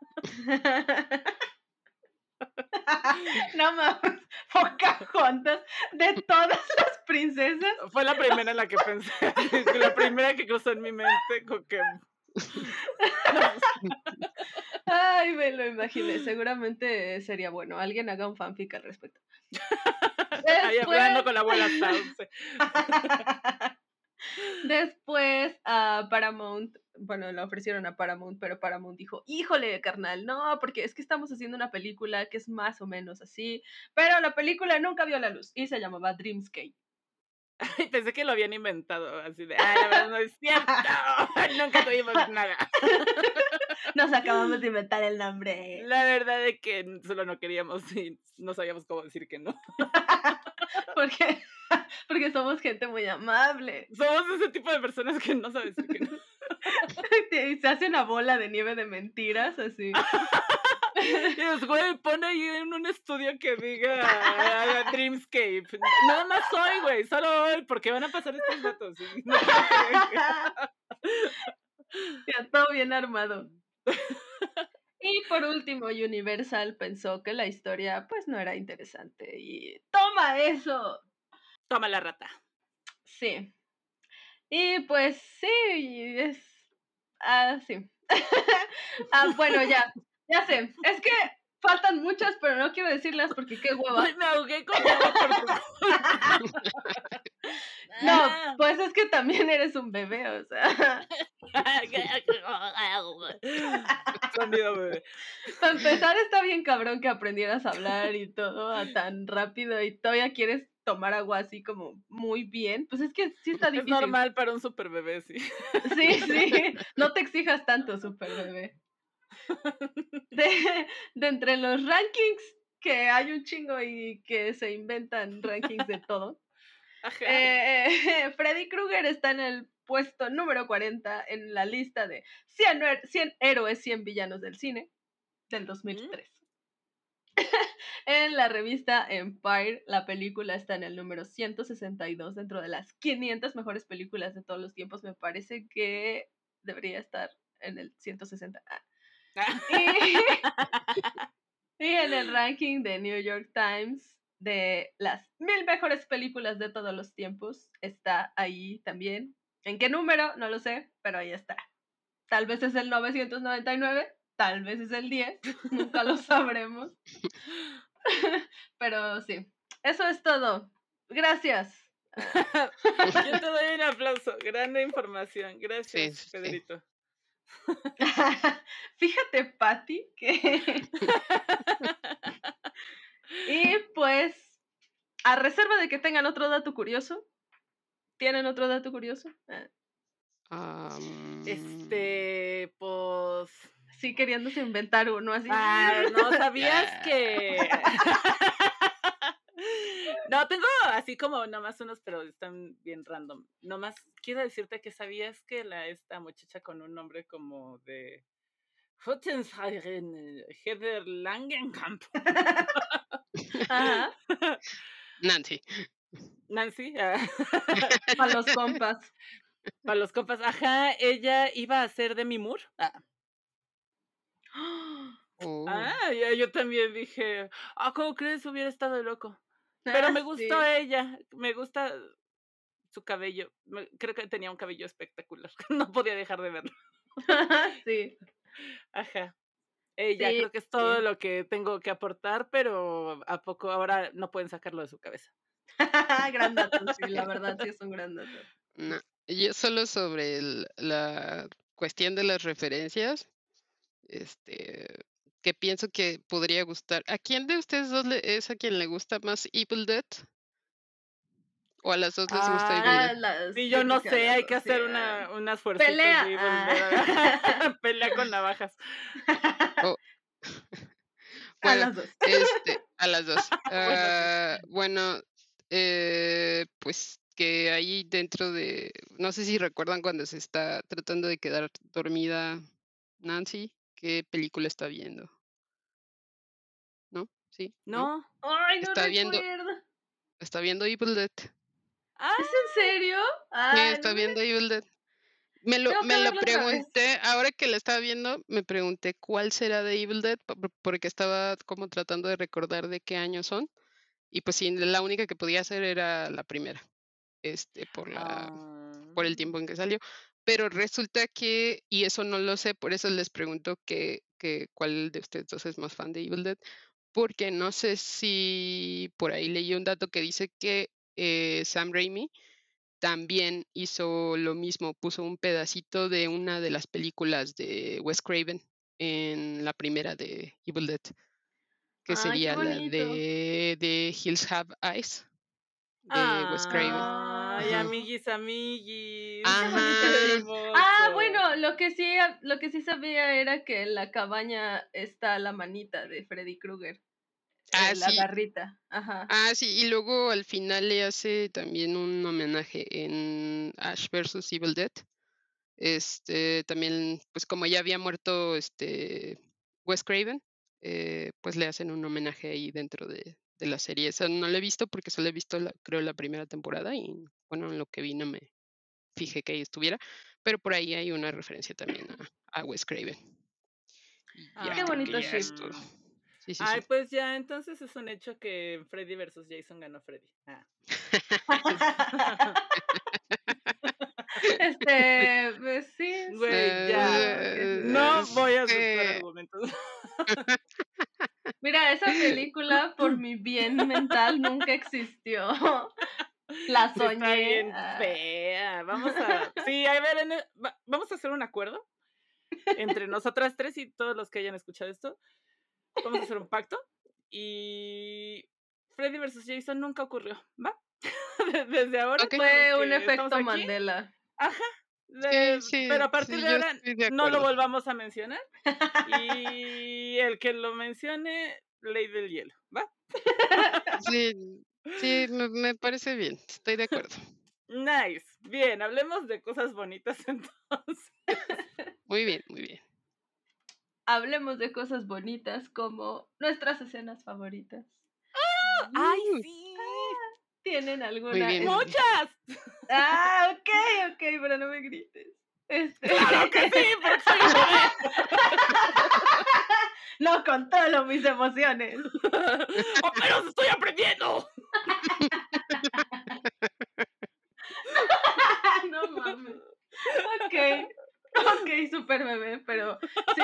No mames, Pocahontas, de todas las princesas. Fue la primera en la que pensé, así, la primera que cruzó en mi mente con que... Ay, me lo imaginé, seguramente sería bueno. Alguien haga un fanfic al respecto. Ahí hablando Después, con la abuela Sauce. después a Paramount, bueno, le ofrecieron a Paramount, pero Paramount dijo, híjole, carnal, no, porque es que estamos haciendo una película que es más o menos así, pero la película nunca vio la luz y se llamaba Dreamscape. Ay, pensé que lo habían inventado, así de, ay, la verdad no es cierto, nunca tuvimos nada. Nos acabamos de inventar el nombre. La verdad es que solo no queríamos y no sabíamos cómo decir que no. Porque, porque somos gente muy amable. Somos ese tipo de personas que no saben decir que no. Y se hace una bola de nieve de mentiras, así. Y es, güey, pon ahí en un estudio que diga uh, Dreamscape. Nada más hoy, güey, solo hoy, porque van a pasar estos datos. ¿Sí? No quiero que... Ya, todo bien armado. Y por último, Universal pensó que la historia pues no era interesante. Y ¡toma eso! Toma la rata. Sí. Y pues sí, es... Ah, sí. Ah, bueno, ya. Ya sé. Es que faltan muchas, pero no quiero decirlas porque qué hueva. Ay, me ahogué con agua por tu culpa. No, pues es que también eres un bebé, o sea. Sonido bebé. Para empezar, está bien cabrón que aprendieras a hablar y todo a tan rápido y todavía quieres tomar agua así como muy bien. Pues es que sí está Es difícil. normal para un super bebé, sí. Sí, sí. No te exijas tanto, super bebé. De, de entre los rankings, que hay un chingo y que se inventan rankings de todo. Ajá. Eh, eh, Freddy Krueger está en el puesto número cuarenta en la lista de cien, cien héroes, cien villanos del cine del dos mil tres. En la revista Empire, la película está en el número ciento sesenta y dos dentro de las quinientas mejores películas de todos los tiempos. Me parece que debería estar en el ciento sesenta. Ah. Y, y en el ranking de New York Times de las mil mejores películas de todos los tiempos. Está ahí también. ¿En qué número? No lo sé, pero ahí está. Tal vez es el novecientos noventa y nueve, tal vez es el diez, nunca lo sabremos. Pero sí, eso es todo. Gracias. Yo te doy un aplauso. Grande información. Gracias, Sí, sí. Pedrito. Fíjate, Patty, que... Y pues, a reserva de que tengan otro dato curioso, ¿tienen otro dato curioso? Ah. Um, Este, pues... Sí, queriéndose inventar uno así. Ah, ¿no sabías que...? No, tengo así como nomás unos, pero están bien random. Nomás quiero decirte que sabías que la esta muchacha con un nombre como de Heather Langenkamp. Ajá. Nancy. Nancy. Para los compas. Para los compas. Ajá, ella iba a ser Demi Moore. Ah. Oh. Ah, ya, yo también dije, ah, ¿cómo crees? Hubiera estado loco. Pero me gustó Sí. ella, me gusta su cabello. Me- creo que tenía un cabello espectacular. No podía dejar de verlo. Sí. Ajá. Ella, Sí, creo que es todo sí. lo que tengo que aportar, pero ¿a poco ahora no pueden sacarlo de su cabeza? Gran dato, sí, la verdad sí es un gran dato. No, yo solo sobre el- la cuestión de las referencias, este, que pienso que podría gustar. ¿A quién de ustedes dos le- es a quien le gusta más Evil Dead? ¿O a las dos les gusta Evil Ah, Dead? las- y yo creo no que a sé, las hay que dos, sí, hacer ah. una, unas fuercitas Pelea. de Evil Ah. Dead. Pelea con navajas. Oh, A bueno, las dos. este, a las dos. Bueno, sí. Ah, bueno, eh, pues que ahí dentro de, no sé si recuerdan cuando se está tratando de quedar dormida Nancy, ¿qué película está viendo? ¿No? ¿Sí? ¿No? No. Ay, no Está viendo, recuerdo. está viendo Evil Dead. Ah, ¿Es en serio? Sí, Ay, está no me- viendo Evil Dead. Me lo, Tengo que me lo verlo otra vez. pregunté, ahora que la estaba viendo, me pregunté cuál será de Evil Dead, po- po- porque estaba como tratando de recordar de qué años son. Y pues sí, la única que podía hacer era la primera, este, por la, por el tiempo en que salió. Pero resulta que, y eso no lo sé, por eso les pregunto que, que cuál de ustedes dos es más fan de Evil Dead, porque no sé si por ahí leí un dato que dice que eh, Sam Raimi también hizo lo mismo, puso un pedacito de una de las películas de Wes Craven en la primera de Evil Dead, que Ay, qué sería la bonito. de, de Hills Have Eyes de Wes Craven. Ay, Ajá. amiguis, amiguis. Ajá. Qué Sí. hermoso. Ah, bueno, lo que sí, lo que sí sabía era que en la cabaña está la manita de Freddy Krueger. Ah, eh, la sí. garrita. Ajá. Ah, sí, y luego al final le hace también un homenaje en Ash versus Evil Dead. Este, también, pues como ya había muerto este Wes Craven, eh, pues le hacen un homenaje ahí dentro de, de la serie. Esa no la he visto porque solo he visto, la, creo, la primera temporada y bueno, en lo que vi no me fijé que ahí estuviera, pero por ahí hay una referencia también a, a Wes Craven. Y ya, Ah, Qué creo bonito que ya es ship. todo. Sí, sí, Ay, sí. pues ya, entonces es un hecho que Freddy versus Jason ganó Freddy. Ah. Este, pues sí. sí, Güey, ya. supongo que sí. No voy a aceptar Eh, argumentos. Mira, esa película por mi bien mental nunca existió. La Sí, está soñé. bien ah. fea. Vamos a. Sí, a ver, en el- va- vamos a hacer un acuerdo entre nosotras tres y todos los que hayan escuchado esto. Vamos a hacer un pacto. Y Freddy versus Jason nunca ocurrió, ¿va? Desde ahora. Ok. todos Fue los un que efecto estamos aquí, Mandela. Ajá. Sí, de- sí, pero a partir sí, de yo ahora estoy de no lo acuerdo. volvamos a mencionar. Y el que lo mencione, ley del hielo, ¿va? Sí, sí, me, me parece bien, estoy de acuerdo. Nice. Bien, hablemos de cosas bonitas entonces. Muy bien, muy bien. Hablemos de cosas bonitas como nuestras escenas favoritas. ¡Ay, Mm, sí! ¿Tienen Muy alguna? bien, es- muy bien. ¡Muchas! Ah, ok, ok, pero no me grites. Este... ¡Claro que sí! Porque soy un bebé. No controlo mis emociones. ¡Apenas estoy aprendiendo! No mames. Ok. Ok, super bebé, pero sí.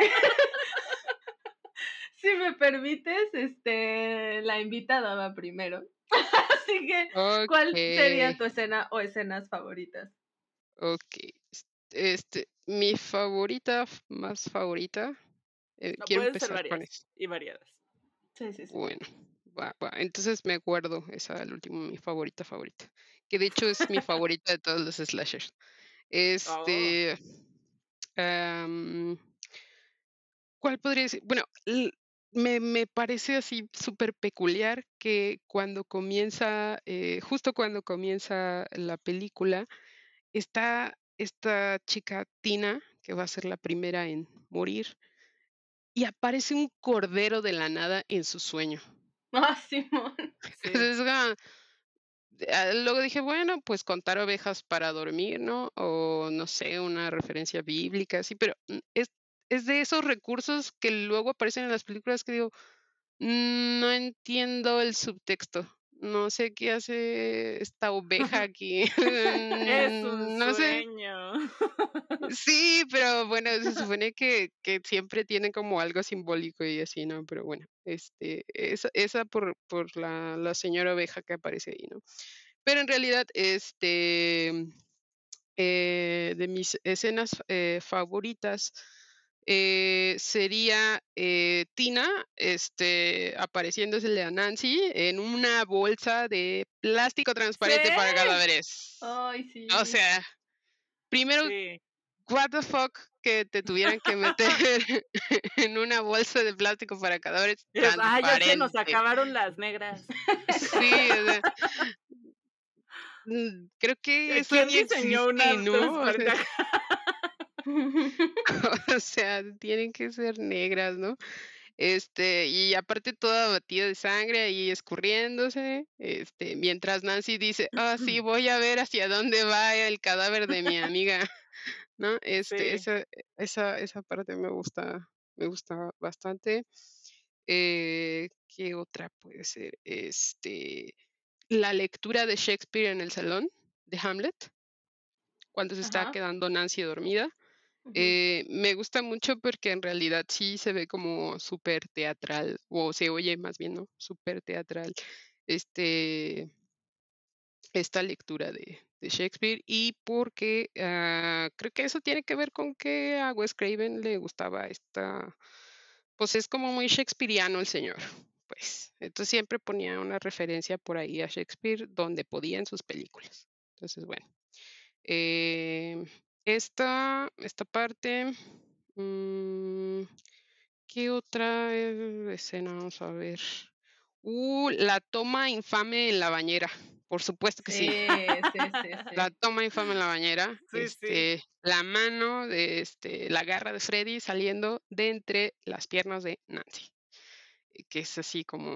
Si me permites, este, la invitada va primero. Así que, ¿cuál sería Ok, tu escena o escenas favoritas? ok. es- Este, mi favorita, f- más favorita, eh, No, quiero pueden ser empezar con varias eso. y variadas. Sí, sí, sí. Bueno, va, va. Entonces me guardo esa, el último, mi favorita, favorita. Que de hecho es mi favorita de todos los slashers. Oh, Este, am, ¿cuál podría decir? Bueno, l- me, me parece así súper peculiar que cuando comienza, eh, justo cuando comienza la película, está esta chica Tina, que va a ser la primera en morir, y aparece un cordero de la nada en su sueño. Ah, Simón. sí. Es como, ah, luego dije, bueno, pues contar ovejas para dormir, ¿no? O no sé, una referencia bíblica, así, pero mm, es, es de esos recursos que luego aparecen en las películas que digo, "Mm, no entiendo el subtexto. No sé qué hace esta oveja aquí. Es un Mm, No sé. sueño. Sí, pero bueno, se supone que, que siempre tienen como algo simbólico y así, ¿no? Pero bueno, este, esa, esa por, por la, la señora oveja que aparece ahí, ¿no? Pero en realidad, este, eh, de mis escenas eh, favoritas eh, sería eh, Tina, este, apareciéndosele a Nancy en una bolsa de plástico Sí, transparente para cadáveres. Ay, O sí. sea, primero, sí. what the fuck que te tuvieran que meter en una bolsa de plástico para cadáveres Es, ah, ya se nos transparente. acabaron las negras. Sí, o sea, mm, creo que Eh, eso ¿Quién ni diseñó una existe, ¿no? O sea, transparente? o sea, tienen que ser negras, ¿no? Este, y aparte toda batida de sangre ahí escurriéndose, este, mientras Nancy dice, ah, sí, voy a ver hacia dónde va el cadáver de mi amiga, ¿no? Este, Sí. esa, esa, esa parte me gusta, me gusta bastante. Eh, ¿qué otra puede ser? Este, la lectura de Shakespeare en el salón de Hamlet, cuando se está Ajá. quedando Nancy dormida. Ujú. Eh, me gusta mucho porque en realidad sí se ve como súper teatral, o se oye más bien, ¿no? Súper teatral, este, esta lectura de, de Shakespeare, y porque ah, creo que eso tiene que ver con que a Wes Craven le gustaba esta, pues es como muy shakespeariano el señor, pues. Entonces siempre ponía una referencia por ahí a Shakespeare donde podía en sus películas. Entonces, bueno. Eh, esta, esta parte, mm, ¿qué otra eh, escena? Vamos a ver. Uh, la toma infame en la bañera. Por supuesto que sí. Sí, sí, sí, La sí. toma infame en la bañera. Sí, sí. Este, la mano de este, la garra de Freddy saliendo de entre las piernas de Nancy. eh, Que es así como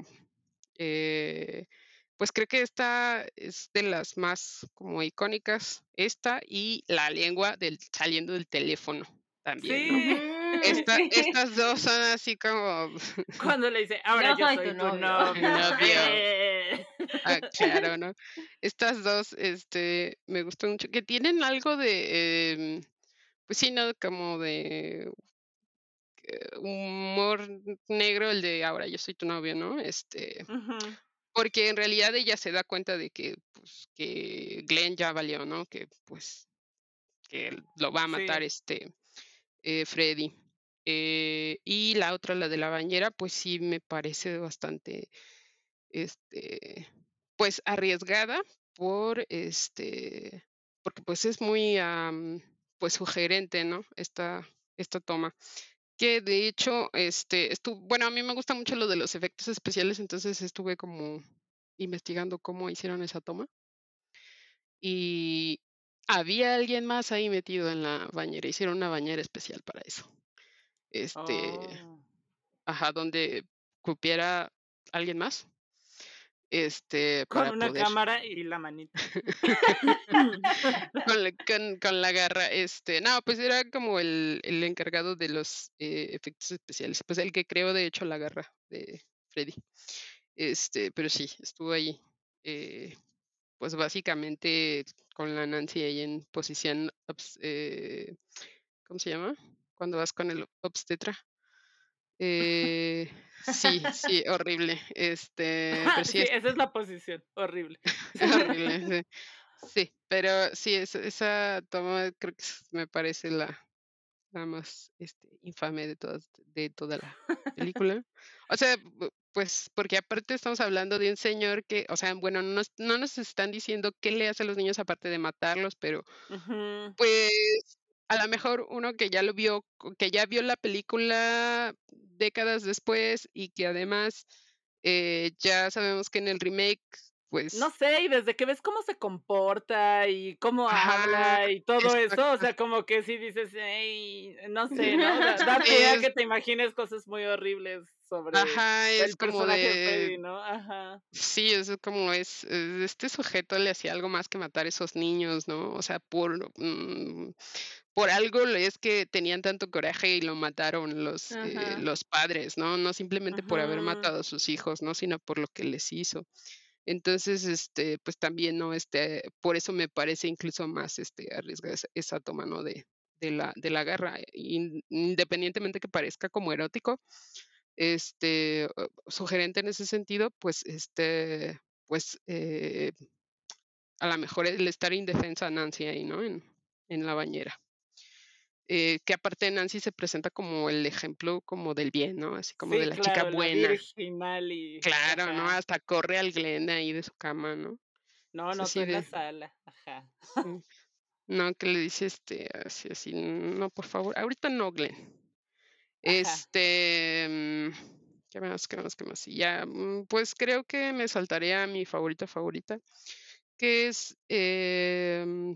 eh, pues creo que esta es de las más como icónicas, esta y la lengua del saliendo del teléfono también, ¿no? Sí. Ujú, Esta, sí. estas dos son así como Cuando le dice, ahora Yo yo soy tu soy tu novio. novio. novio. Eh. Ah, claro, ¿no? Estas dos, este, me gustan mucho, que tienen algo de, em, pues sí, ¿no? Como de eh, humor negro, el de ahora yo soy tu novio, ¿no? Este, Ujú. porque en realidad ella se da cuenta de que, pues, que Glenn ya valió, ¿no? Que, pues, que él lo va a matar Sí, este eh, Freddy. Eh, y la otra, la de la bañera, pues sí me parece bastante, este, pues arriesgada por este, porque pues es muy, am, pues sugerente, ¿no? Esta, esta toma. Que de hecho, este, estu bueno, a mí me gusta mucho lo de los efectos especiales, entonces estuve como investigando cómo hicieron esa toma, y había alguien más ahí metido en la bañera, hicieron una bañera especial para eso. Este, oh, ajá, donde cupiera alguien más. este, Con para una poder cámara y la manita. con la con con la garra, este, no, pues era como el el encargado de los, eh, efectos especiales, pues el que creó, de hecho, la garra de Freddy. Este, pero sí, estuvo ahí, eh, pues, básicamente con la Nancy ahí en posición obs eh, ¿cómo se llama? Cuando vas con el obstetra. Eh, sí, sí, horrible, este, pero sí Sí, es esa es la posición, horrible. horrible, sí. Sí, pero sí, esa esa toma creo que es me parece la la más, este, infame de todas de toda la película. O sea, pu pues, porque aparte estamos hablando de un señor que, o sea, bueno, no nos no nos están diciendo qué le hace a los niños aparte de matarlos, pero, Ujú. pues, a la mejor uno que ya lo vio, co que ya vio la película décadas después y que además, eh, ya sabemos que en el remake, No pues sé, y desde que ves cómo se comporta y cómo ajá, habla y todo eso, o exacto. sea, como que sí dices: "Ey", no sé, ¿no? Da da Sí, pie a es que te imagines cosas muy horribles sobre ajá, es el como personaje de de Freddy, ¿no? Ajá. sí, eso como es, eh, este sujeto le hacía algo más que matar esos niños, ¿no? O sea, por, mm, por algo le es que tenían tanto coraje y lo mataron los, eh, Ajá. los padres, ¿no? No simplemente por haber Ujú. matado a sus hijos, ¿no? Sino por lo que les hizo. Entonces, este, pues también, ¿no? Este, por eso me parece incluso más, este, arriesgada esa esa toma, ¿no? De de la de la garra, in independientemente que parezca como erótico, este, o sugerente en ese sentido, pues, este, pues, eh, a la mejor el estar indefensa Nancy ahí, ¿no? En en la bañera. Eh, que aparte Nancy se presenta como el ejemplo como del bien, ¿no? Así como de Sí, la chica claro, la buena. virginal y Claro, ¿no? ajá. Hasta corre al Glenn ahí de su cama, ¿no? No, Es no, tú así en la de sala, ajá. sí. No, que le dice, este, así así: "No, por favor, ahorita no, Glenn". Ajá. Este, mm, ¿qué más, qué más, qué más? Y ya, mm, pues creo que me saltaré a mi favorita, favorita, que es, em,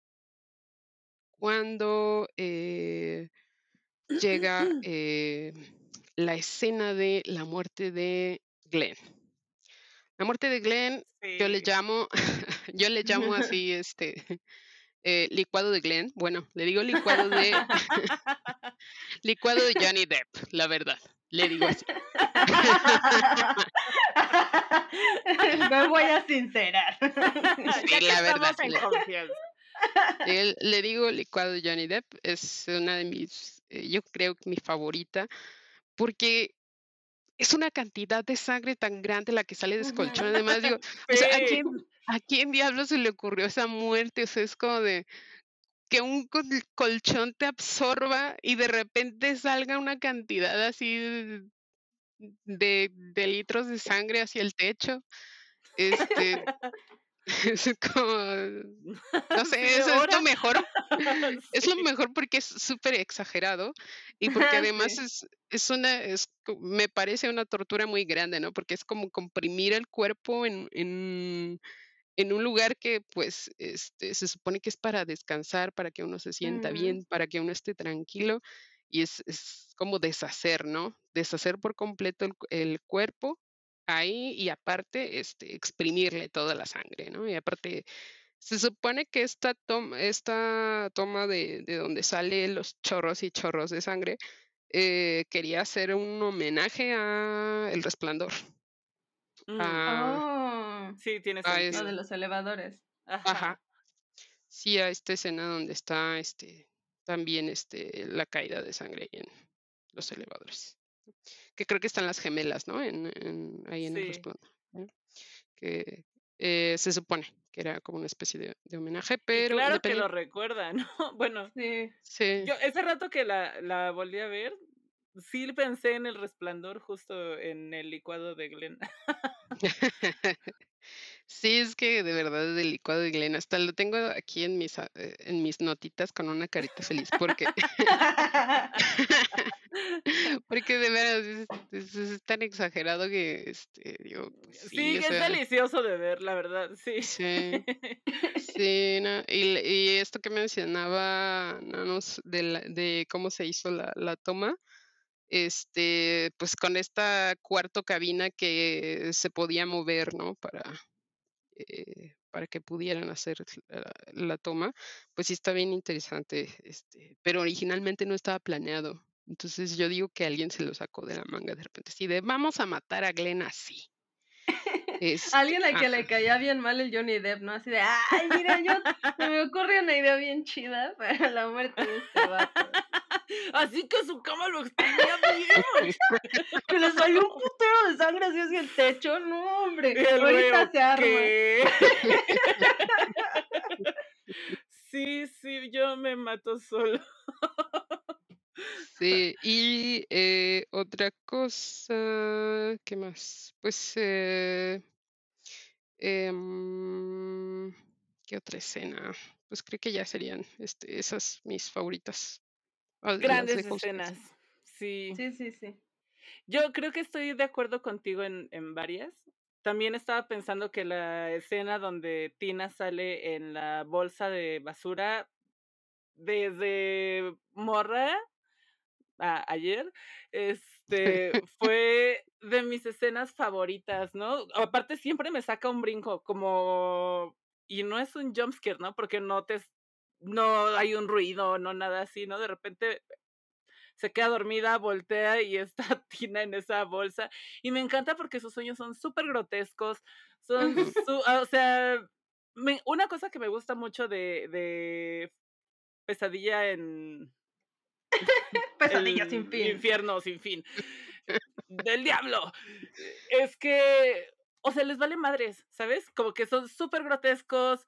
cuando, eh, llega, eh, la escena de la muerte de Glenn. La muerte de Glenn, yo le Sí. llamo yo le llamo así, este, eh, licuado de Glenn. Bueno, le digo licuado de licuado de Johnny Depp, la verdad, le digo así. Me voy a sincerar. Sí, Ya que la verdad, estamos en le confianza. el le digo licuado de Johnny Depp, es una de mis, eh, yo creo que mi favorita, porque es una cantidad de sangre tan grande la que sale de ese colchón. Además, digo, o sea, ¿a Sí. quién a quién diablos se le ocurrió esa muerte? O sea, es como de que un col colchón te absorba y de repente salga una cantidad así de de litros de sangre hacia el techo. Este, es como, no Sí, sé, de eso es lo hora. mejor. Es lo Sí. mejor porque es súper exagerado y porque además Sí. es es una es co me parece una tortura muy grande, ¿no? Porque es como comprimir el cuerpo en en en un lugar que, pues, este, se supone que es para descansar, para que uno se sienta Ujú. bien, para que uno esté tranquilo, y es es como deshacer, ¿no? Deshacer por completo el cu el cuerpo ahí y aparte, este, exprimirle toda la sangre, ¿no? Y aparte, se supone que esta toma esta toma de de donde salen los chorros y chorros de sangre, eh, quería hacer un homenaje a El Resplandor, Mm, a Oh, sí, tiene a lo es de sentido. los elevadores. ajá. Ajá. Sí, a esta escena donde está, este, también, este, la caída de sangre ahí en los elevadores, que creo que están las gemelas, ¿no? En en ahí en El Sí. Resplandor, ¿no? Que, eh, se supone que era como una especie de de homenaje, Y pero claro que lo independiente recuerda, ¿no? Bueno, Sí. sí. yo ese rato que la la volví a ver, sí pensé en El Resplandor justo en el licuado de Glenn. Sí, es que de verdad el licuado de Glenn, hasta lo tengo aquí en mis, ah, eh, en mis notitas con una carita feliz, porque porque de veras es es es tan exagerado que, este, digo, pues sí, Sí, o es sea, delicioso de ver, la verdad, sí. sí. Sí, no, y le y esto que mencionaba Nanos de la de cómo se hizo la la toma, este, pues con esta cuarto cabina que se podía mover, ¿no? Para, eh, para que pudieran hacer la, la toma, pues sí está bien interesante, este, pero originalmente no estaba planeado. Entonces yo digo que alguien se lo sacó de la manga de repente, así de vamos a matar a Glenn así. Este, Alguien al que ajá. le caía bien mal el Johnny Depp, ¿no? Así de, ay, mira, yo se me ocurre una idea bien chida para la muerte de este vato. Así que su cama lo exprimía bien. Que le salió un putero de sangre así hacia el techo. No, hombre. Y el güey, Ahorita se arma. ¿qué? Sí, sí, yo me mato solo. Sí, y eh, otra cosa, ¿qué más? Pues, eh, em, ¿qué otra escena? Pues creo que ya serían este, esas mis favoritas, o las Grandes de Ghostbusters. escenas, sí. Sí, sí, sí. Yo creo que estoy de acuerdo contigo en, en varias. También estaba pensando que la escena donde Tina sale en la bolsa de basura desde morra a ayer, este, fue de mis escenas favoritas, ¿no? Aparte siempre me saca un brinco, como y no es un jump scare, ¿no? Porque no te no hay un ruido, no nada así, ¿no? De repente se queda dormida, voltea y está Tina en esa bolsa. Y me encanta porque sus sueños son súper grotescos, son Ujú. su o sea, me una cosa que me gusta mucho de de Pesadilla en Pesadilla sin el fin. infierno sin fin, del diablo, es que, o sea, les vale madres, ¿sabes? Como que son súper grotescos,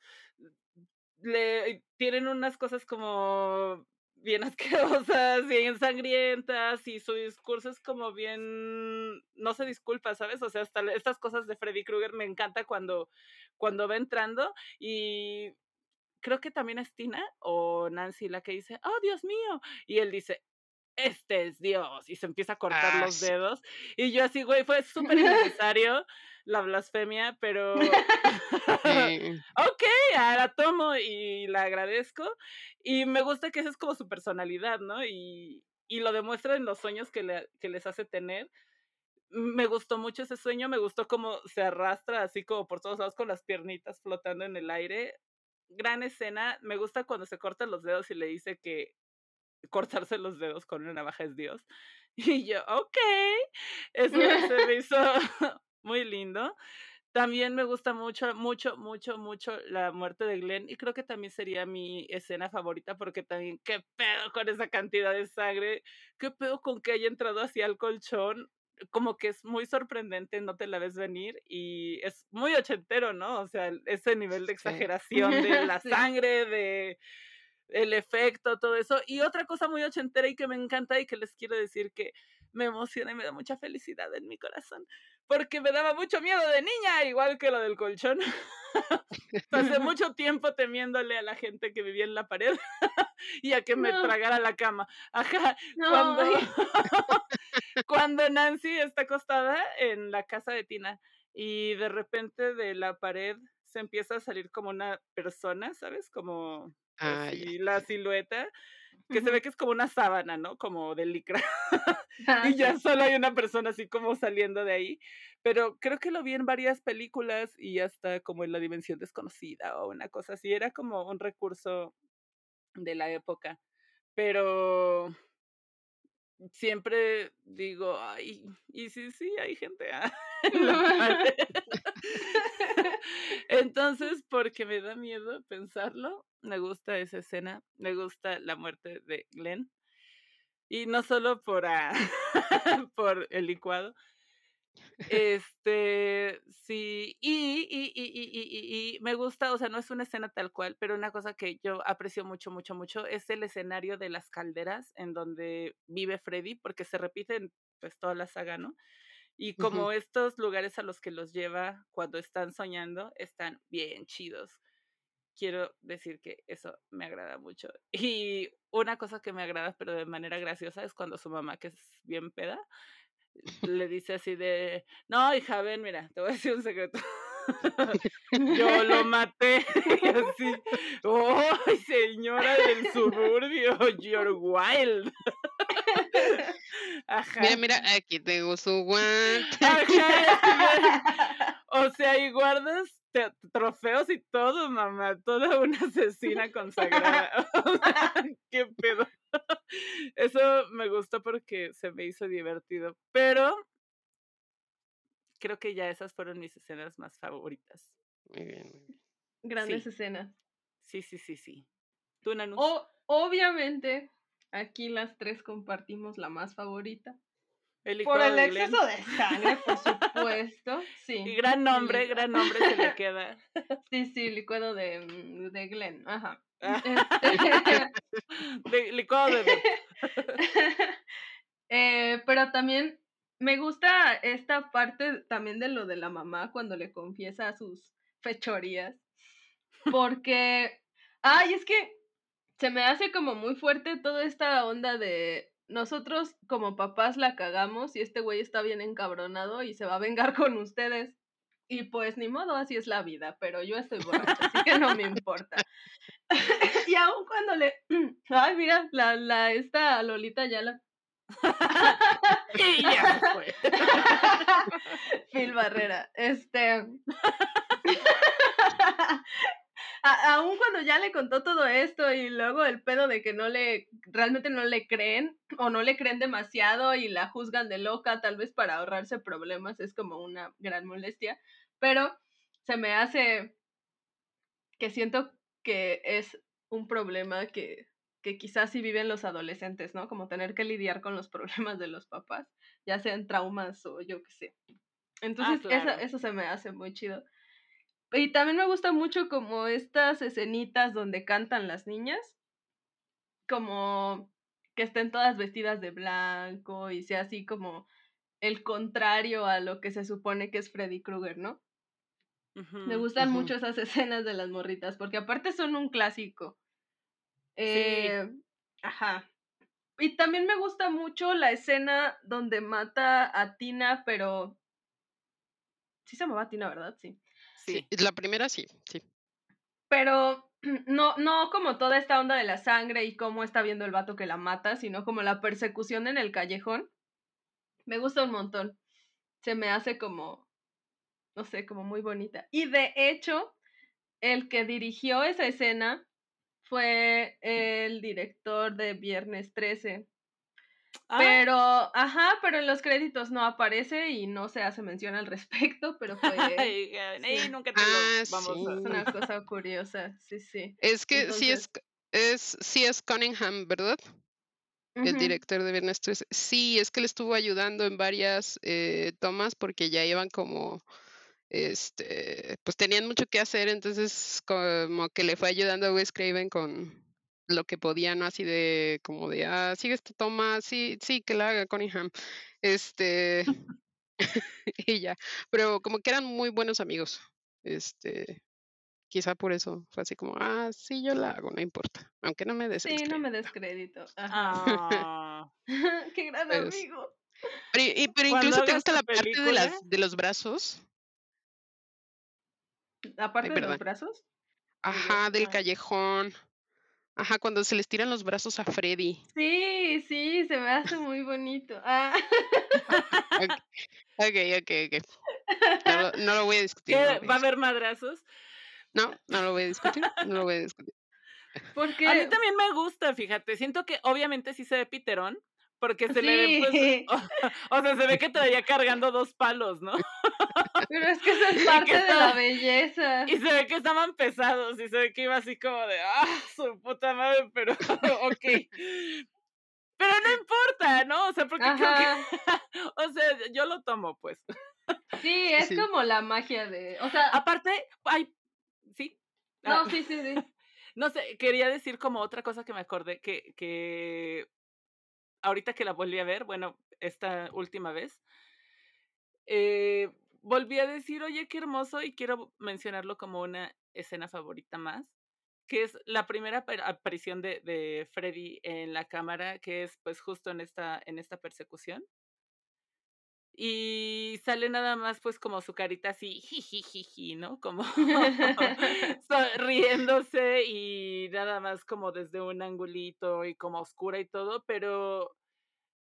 le tienen unas cosas como bien asquerosas, bien sangrientas, y su discurso es como bien no se disculpa, ¿sabes? O sea, hasta le- estas cosas de Freddy Krueger me encanta cuando cuando va entrando y creo que también es Tina o Nancy la que dice: "Oh, Dios mío", y él dice: "Este es Dios", y se empieza a cortar Ah, los sí. dedos, y yo así, güey, fue súper innecesario la blasfemia, pero Sí, okey, ah, la tomo y la agradezco, y me gusta que esa es como su personalidad, ¿no? Y y lo demuestra en los sueños que le que les hace tener. Me gustó mucho ese sueño, me gustó cómo se arrastra así como por todos lados con las piernitas flotando en el aire. Gran escena, me gusta cuando se corta los dedos y le dice que cortarse los dedos con una navaja es Dios. Y yo, okey, eso se me hizo muy lindo. También me gusta mucho, mucho, mucho, mucho la muerte de Glenn, y creo que también sería mi escena favorita, porque también, ¿qué pedo con esa cantidad de sangre? ¿Qué pedo con que haya entrado así al colchón? Como que es muy sorprendente, no te la ves venir, y es muy ochentero, ¿no? O sea, ese nivel de sí. exageración de la Sí. sangre, de el efecto, todo eso. Y otra cosa muy ochentera y que me encanta y que les quiero decir que me emociona y me da mucha felicidad en mi corazón, porque me daba mucho miedo de niña, igual que lo del colchón. Pasé mucho tiempo temiéndole a la gente que vivía en la pared y a que me No, tragara la cama. Ajá, no. cuando, cuando Nancy está acostada en la casa de Tina y de repente de la pared se empieza a salir como una persona, ¿sabes? Como Ah, ya. así la silueta, que se Ujú. ve que es como una sábana, ¿no? Como de licra. Ah, Y ya sí. solo hay una persona así como saliendo de ahí. Pero creo que lo vi en varias películas y hasta como en La Dimensión Desconocida o una cosa así. Era como un recurso de la época. Pero siempre digo, ay, y sí, sí, hay gente ah, en la pared. Entonces, porque me da miedo pensarlo, me gusta esa escena, me gusta la muerte de Glenn. Y no solo por, ah, por el licuado. Este, sí, y, y, y, y, y, y, y me gusta, o sea, no es una escena tal cual, pero una cosa que yo aprecio mucho, mucho, mucho es el escenario de las calderas en donde vive Freddy, porque se repite en pues toda la saga, ¿no? Y Ujú. como estos lugares a los que los lleva cuando están soñando están bien chidos. Quiero decir que eso me agrada mucho. Y una cosa que me agrada, pero de manera graciosa, es cuando su mamá, que es bien peda, le dice así de, no, hija, ven, mira, te voy a decir un secreto. Yo lo maté. Y así, ¡ay, señora del suburbio! You're wild. Ajá. Mira, mira, aquí tengo su guante. Ajá, así de, o sea, y guardas te- trofeos y todo, mamá, toda una asesina consagrada. O sea, qué pedo. Eso me gustó porque se me hizo divertido, pero creo que ya esas fueron mis escenas más favoritas. Muy bien, muy bien. Grandes Sí, escenas. sí, sí, sí, sí. ¿Tú, Nanus? O, obviamente, aquí las tres compartimos la más favorita. El Por licuado el de Glenn. exceso de sangre, por supuesto. Y Sí. gran el nombre, licua- gran nombre se le queda. Sí, sí, licuado de, mm, de Glenn. Ajá. Ah, Este, de- licuado de Depp. eh, pero también me gusta esta parte también de lo de la mamá cuando le confiesa sus fechorías. Porque, ay, es que se me hace como muy fuerte toda esta onda de nosotros como papás la cagamos y este güey está bien encabronado y se va a vengar con ustedes. Y pues ni modo, así es la vida, pero yo estoy borracha, así que no me importa. Y aún cuando le... Ay, mira, la, la, esta Lolita ya la... Y ya se fue. Phil Barrera, este... A- aún cuando ya le contó todo esto y luego el pedo de que no le, realmente no le creen o no le creen demasiado y la juzgan de loca, tal vez para ahorrarse problemas, es como una gran molestia, pero se me hace que siento que es un problema que, que quizás sí viven los adolescentes, ¿no? Como tener que lidiar con los problemas de los papás, ya sean traumas o yo qué sé. Ah, Entonces, eso, claro. eso se me hace muy chido. Y también me gusta mucho como estas escenitas donde cantan las niñas, como que estén todas vestidas de blanco y sea así como el contrario a lo que se supone que es Freddy Krueger, ¿no? Me Ujú. gustan Ujú. mucho esas escenas de las morritas, porque aparte son un clásico. Sí. Eh, ajá. Y también me gusta mucho la escena donde mata a Tina, pero... Sí se llamaba Tina, ¿verdad? Sí. Sí, Sí. la primera sí, sí. Pero no, no como toda esta onda de la sangre y cómo está viendo el vato que la mata, sino como la persecución en el callejón. Me gusta un montón. Se me hace como, no sé, como muy bonita. Y de hecho, el que dirigió esa escena fue el director de Viernes trece. Ah, Pero, ajá, pero en los créditos no aparece y no se hace mención al respecto, pero fue él. oigan, Sí, ey, nunca te lo Ah, vamos es sí. una cosa curiosa, sí, sí. Es que sí Entonces, es, es, sí es Cunningham, ¿verdad? El ujú. director de Viernes trece. Sí, es que le estuvo ayudando en varias eh, tomas porque ya iban como, este, pues tenían mucho que hacer, entonces como que le fue ayudando a Wes Craven con lo que podía, ¿no? Así de, como de, ah, sigue esta toma, sí, sí, que la haga Cunningham. Este, y ya, pero como que eran muy buenos amigos. Este, quizá por eso fue así como, ah, sí, yo la hago, no importa, aunque no me des el Sí, no me crédito. des crédito. Ajá. Ah, Qué gran Pues, amigo. pero, y- pero cuando incluso te hagas gusta tu la parte de película, las de los brazos. Ay, Aparte de los perdón. brazos. Muy Ajá, bien. del Ah. callejón. Ajá, cuando se les tiran los brazos a Freddy. Sí, sí, se me hace muy bonito. Ah. Ok, ok, ok, ok. No lo, no lo voy a discutir, no lo que voy a va a discutir. haber madrazos. No, no lo voy a discutir, no lo voy a discutir. A mí Porque, también me gusta, fíjate. Siento que obviamente sí se ve piterón, porque se le ve, pues, sí, o, o sea, se ve que traía cargando dos palos, ¿no? pero es que eso es Y que parte de la estaba, belleza. y se ve que estaban pesados, y se ve que iba así como de, ah, su puta madre, pero, ok. Pero no importa, ¿no? O sea, porque creo que, Ajá. o sea, yo lo tomo, pues. Sí, Sí, es sí. como la magia de, o sea, Aparte, ay, sí. Ah, no, sí, sí, sí. no sé, quería decir como otra cosa que me acordé que, que ahorita que la volví a ver, bueno, esta última vez, eh, volví a decir, oye, qué hermoso, y quiero mencionarlo como una escena favorita más, que es la primera apar- aparición de, de Freddy en la cámara, que es pues justo en esta, en esta persecución. Y sale nada más, pues, como su carita así, jijijiji, ¿no? Como so- riéndose y nada más como desde un angulito y como oscura y todo, pero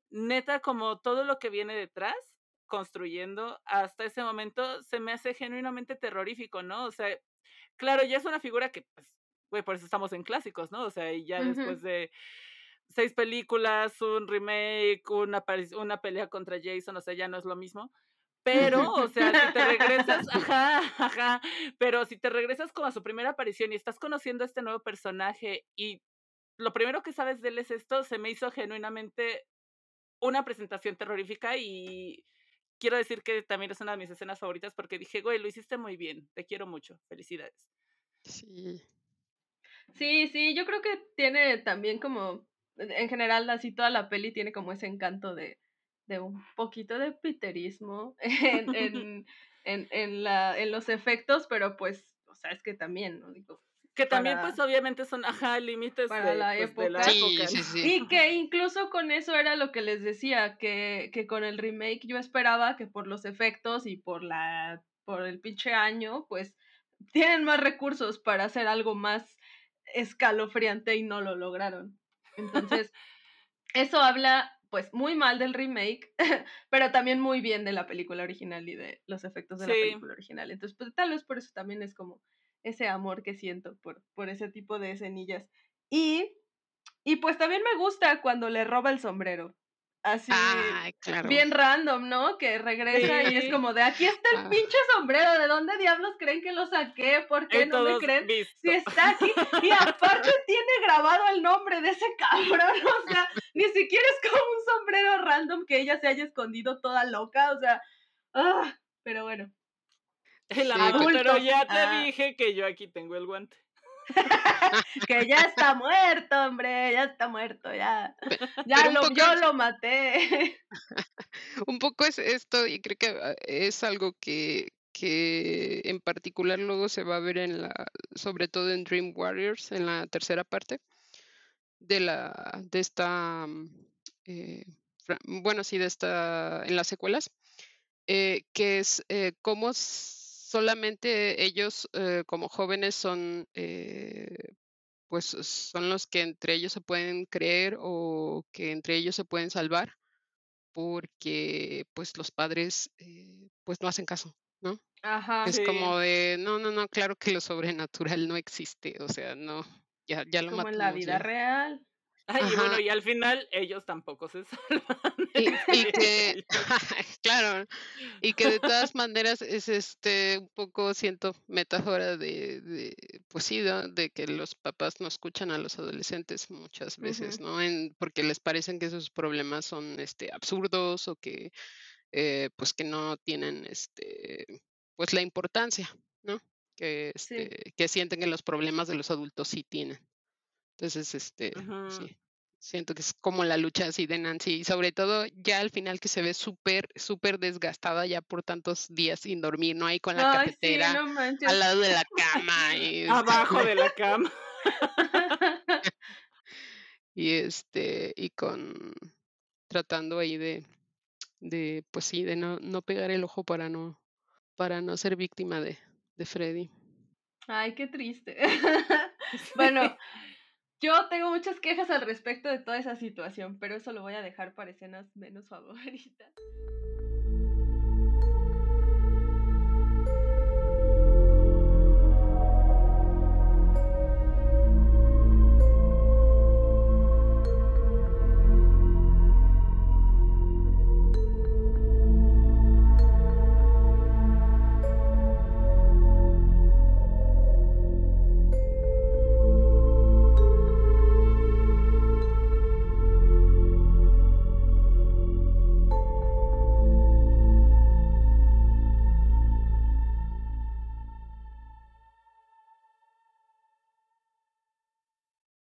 neta, como todo lo que viene detrás, construyendo, hasta ese momento, se me hace genuinamente terrorífico, ¿no? O sea, claro, ya es una figura que, pues, güey, por eso estamos en clásicos, ¿no? O sea, y ya después Ujú. de seis películas, un remake, una, apari- una pelea contra Jason, o sea, ya no es lo mismo. Pero, o sea, si te regresas, ajá, ajá, pero si te regresas como a su primera aparición y estás conociendo a este nuevo personaje y lo primero que sabes de él es esto, se me hizo genuinamente una presentación terrorífica y quiero decir que también es una de mis escenas favoritas porque dije, güey, lo hiciste muy bien, te quiero mucho, felicidades. Sí. Sí, sí, yo creo que tiene también como, en en general, así toda la peli tiene como ese encanto de, de un poquito de piterismo en, en, en, en la, en los efectos, pero pues, o sea, es que también, ¿no? Digo, Que también, pues, para, obviamente son, ajá, límites para de, la pues, de la época. Sí, época, ¿no? sí, sí. Y que incluso con eso era lo que les decía, que, que con el remake yo esperaba que por los efectos y por la, por el pinche año, pues tienen más recursos para hacer algo más escalofriante y no lo lograron. Entonces, eso habla pues muy mal del remake, pero también muy bien de la película original y de los efectos de la Sí, película original. Entonces, pues tal vez por eso también es como ese amor que siento por, por ese tipo de escenillas. Y y pues también me gusta cuando le roba el sombrero. Así, Ay, claro. bien random, ¿no? Que regresa y es sí. como de aquí está el Ah, pinche sombrero, ¿de dónde diablos creen que lo saqué? ¿Por qué Y no me todos, creen? Si visto. está aquí. Y aparte tiene grabado el nombre de ese cabrón, o sea, ni siquiera es como un sombrero random que ella se haya escondido toda loca, o sea, ah, pero bueno, El sí, pero amor, pero adultos, ya te ah, dije que yo aquí tengo el guante. que ya está muerto, hombre, ya está muerto, ya, ya pero un lo, poco yo es, lo maté. un poco es esto, y creo que ah, es algo que, que en particular luego se va a ver en la, sobre todo en Dream Warriors, en la tercera parte de la, de esta, mm, eh, fra- bueno, sí, de esta, en las secuelas, eh, que es eh, cómo solamente ellos eh, como jóvenes son, eh, pues son los que entre ellos se pueden creer o que entre ellos se pueden salvar porque pues los padres eh, pues no hacen caso, ¿no? Es Ajá, Sí. como de, no, no, no, claro que lo sobrenatural no existe, o sea, no, ya, ya lo como en la matamos, vida ya. real. Ay, y bueno, Ajá, y al final ellos tampoco se salvan, y, y entre que, ellos. claro, y que de todas maneras es este un poco siento metáfora de, de pues sí, ¿no? De que los papás no escuchan a los adolescentes muchas veces, Ujú. ¿no? En, porque les parecen que esos problemas son este absurdos o que eh, pues que no tienen este pues la importancia, ¿no? Que Sí. este que sienten que los problemas de los adultos sí tienen. Entonces, este, pues Ujú. sí, siento que es como la lucha así de Nancy, y sobre todo ya al final que se ve súper, súper desgastada ya por tantos días sin dormir, ¿no? Ahí con la Ay, sí, cafetera no al manches. lado de la cama y, Abajo de la cama. y este, y con tratando ahí de, de, pues sí, de no, no pegar el ojo para no, para no ser víctima de, de Freddy. Ay, qué triste. Bueno, Sí. yo tengo muchas quejas al respecto de toda esa situación, pero eso lo voy a dejar para escenas menos favoritas.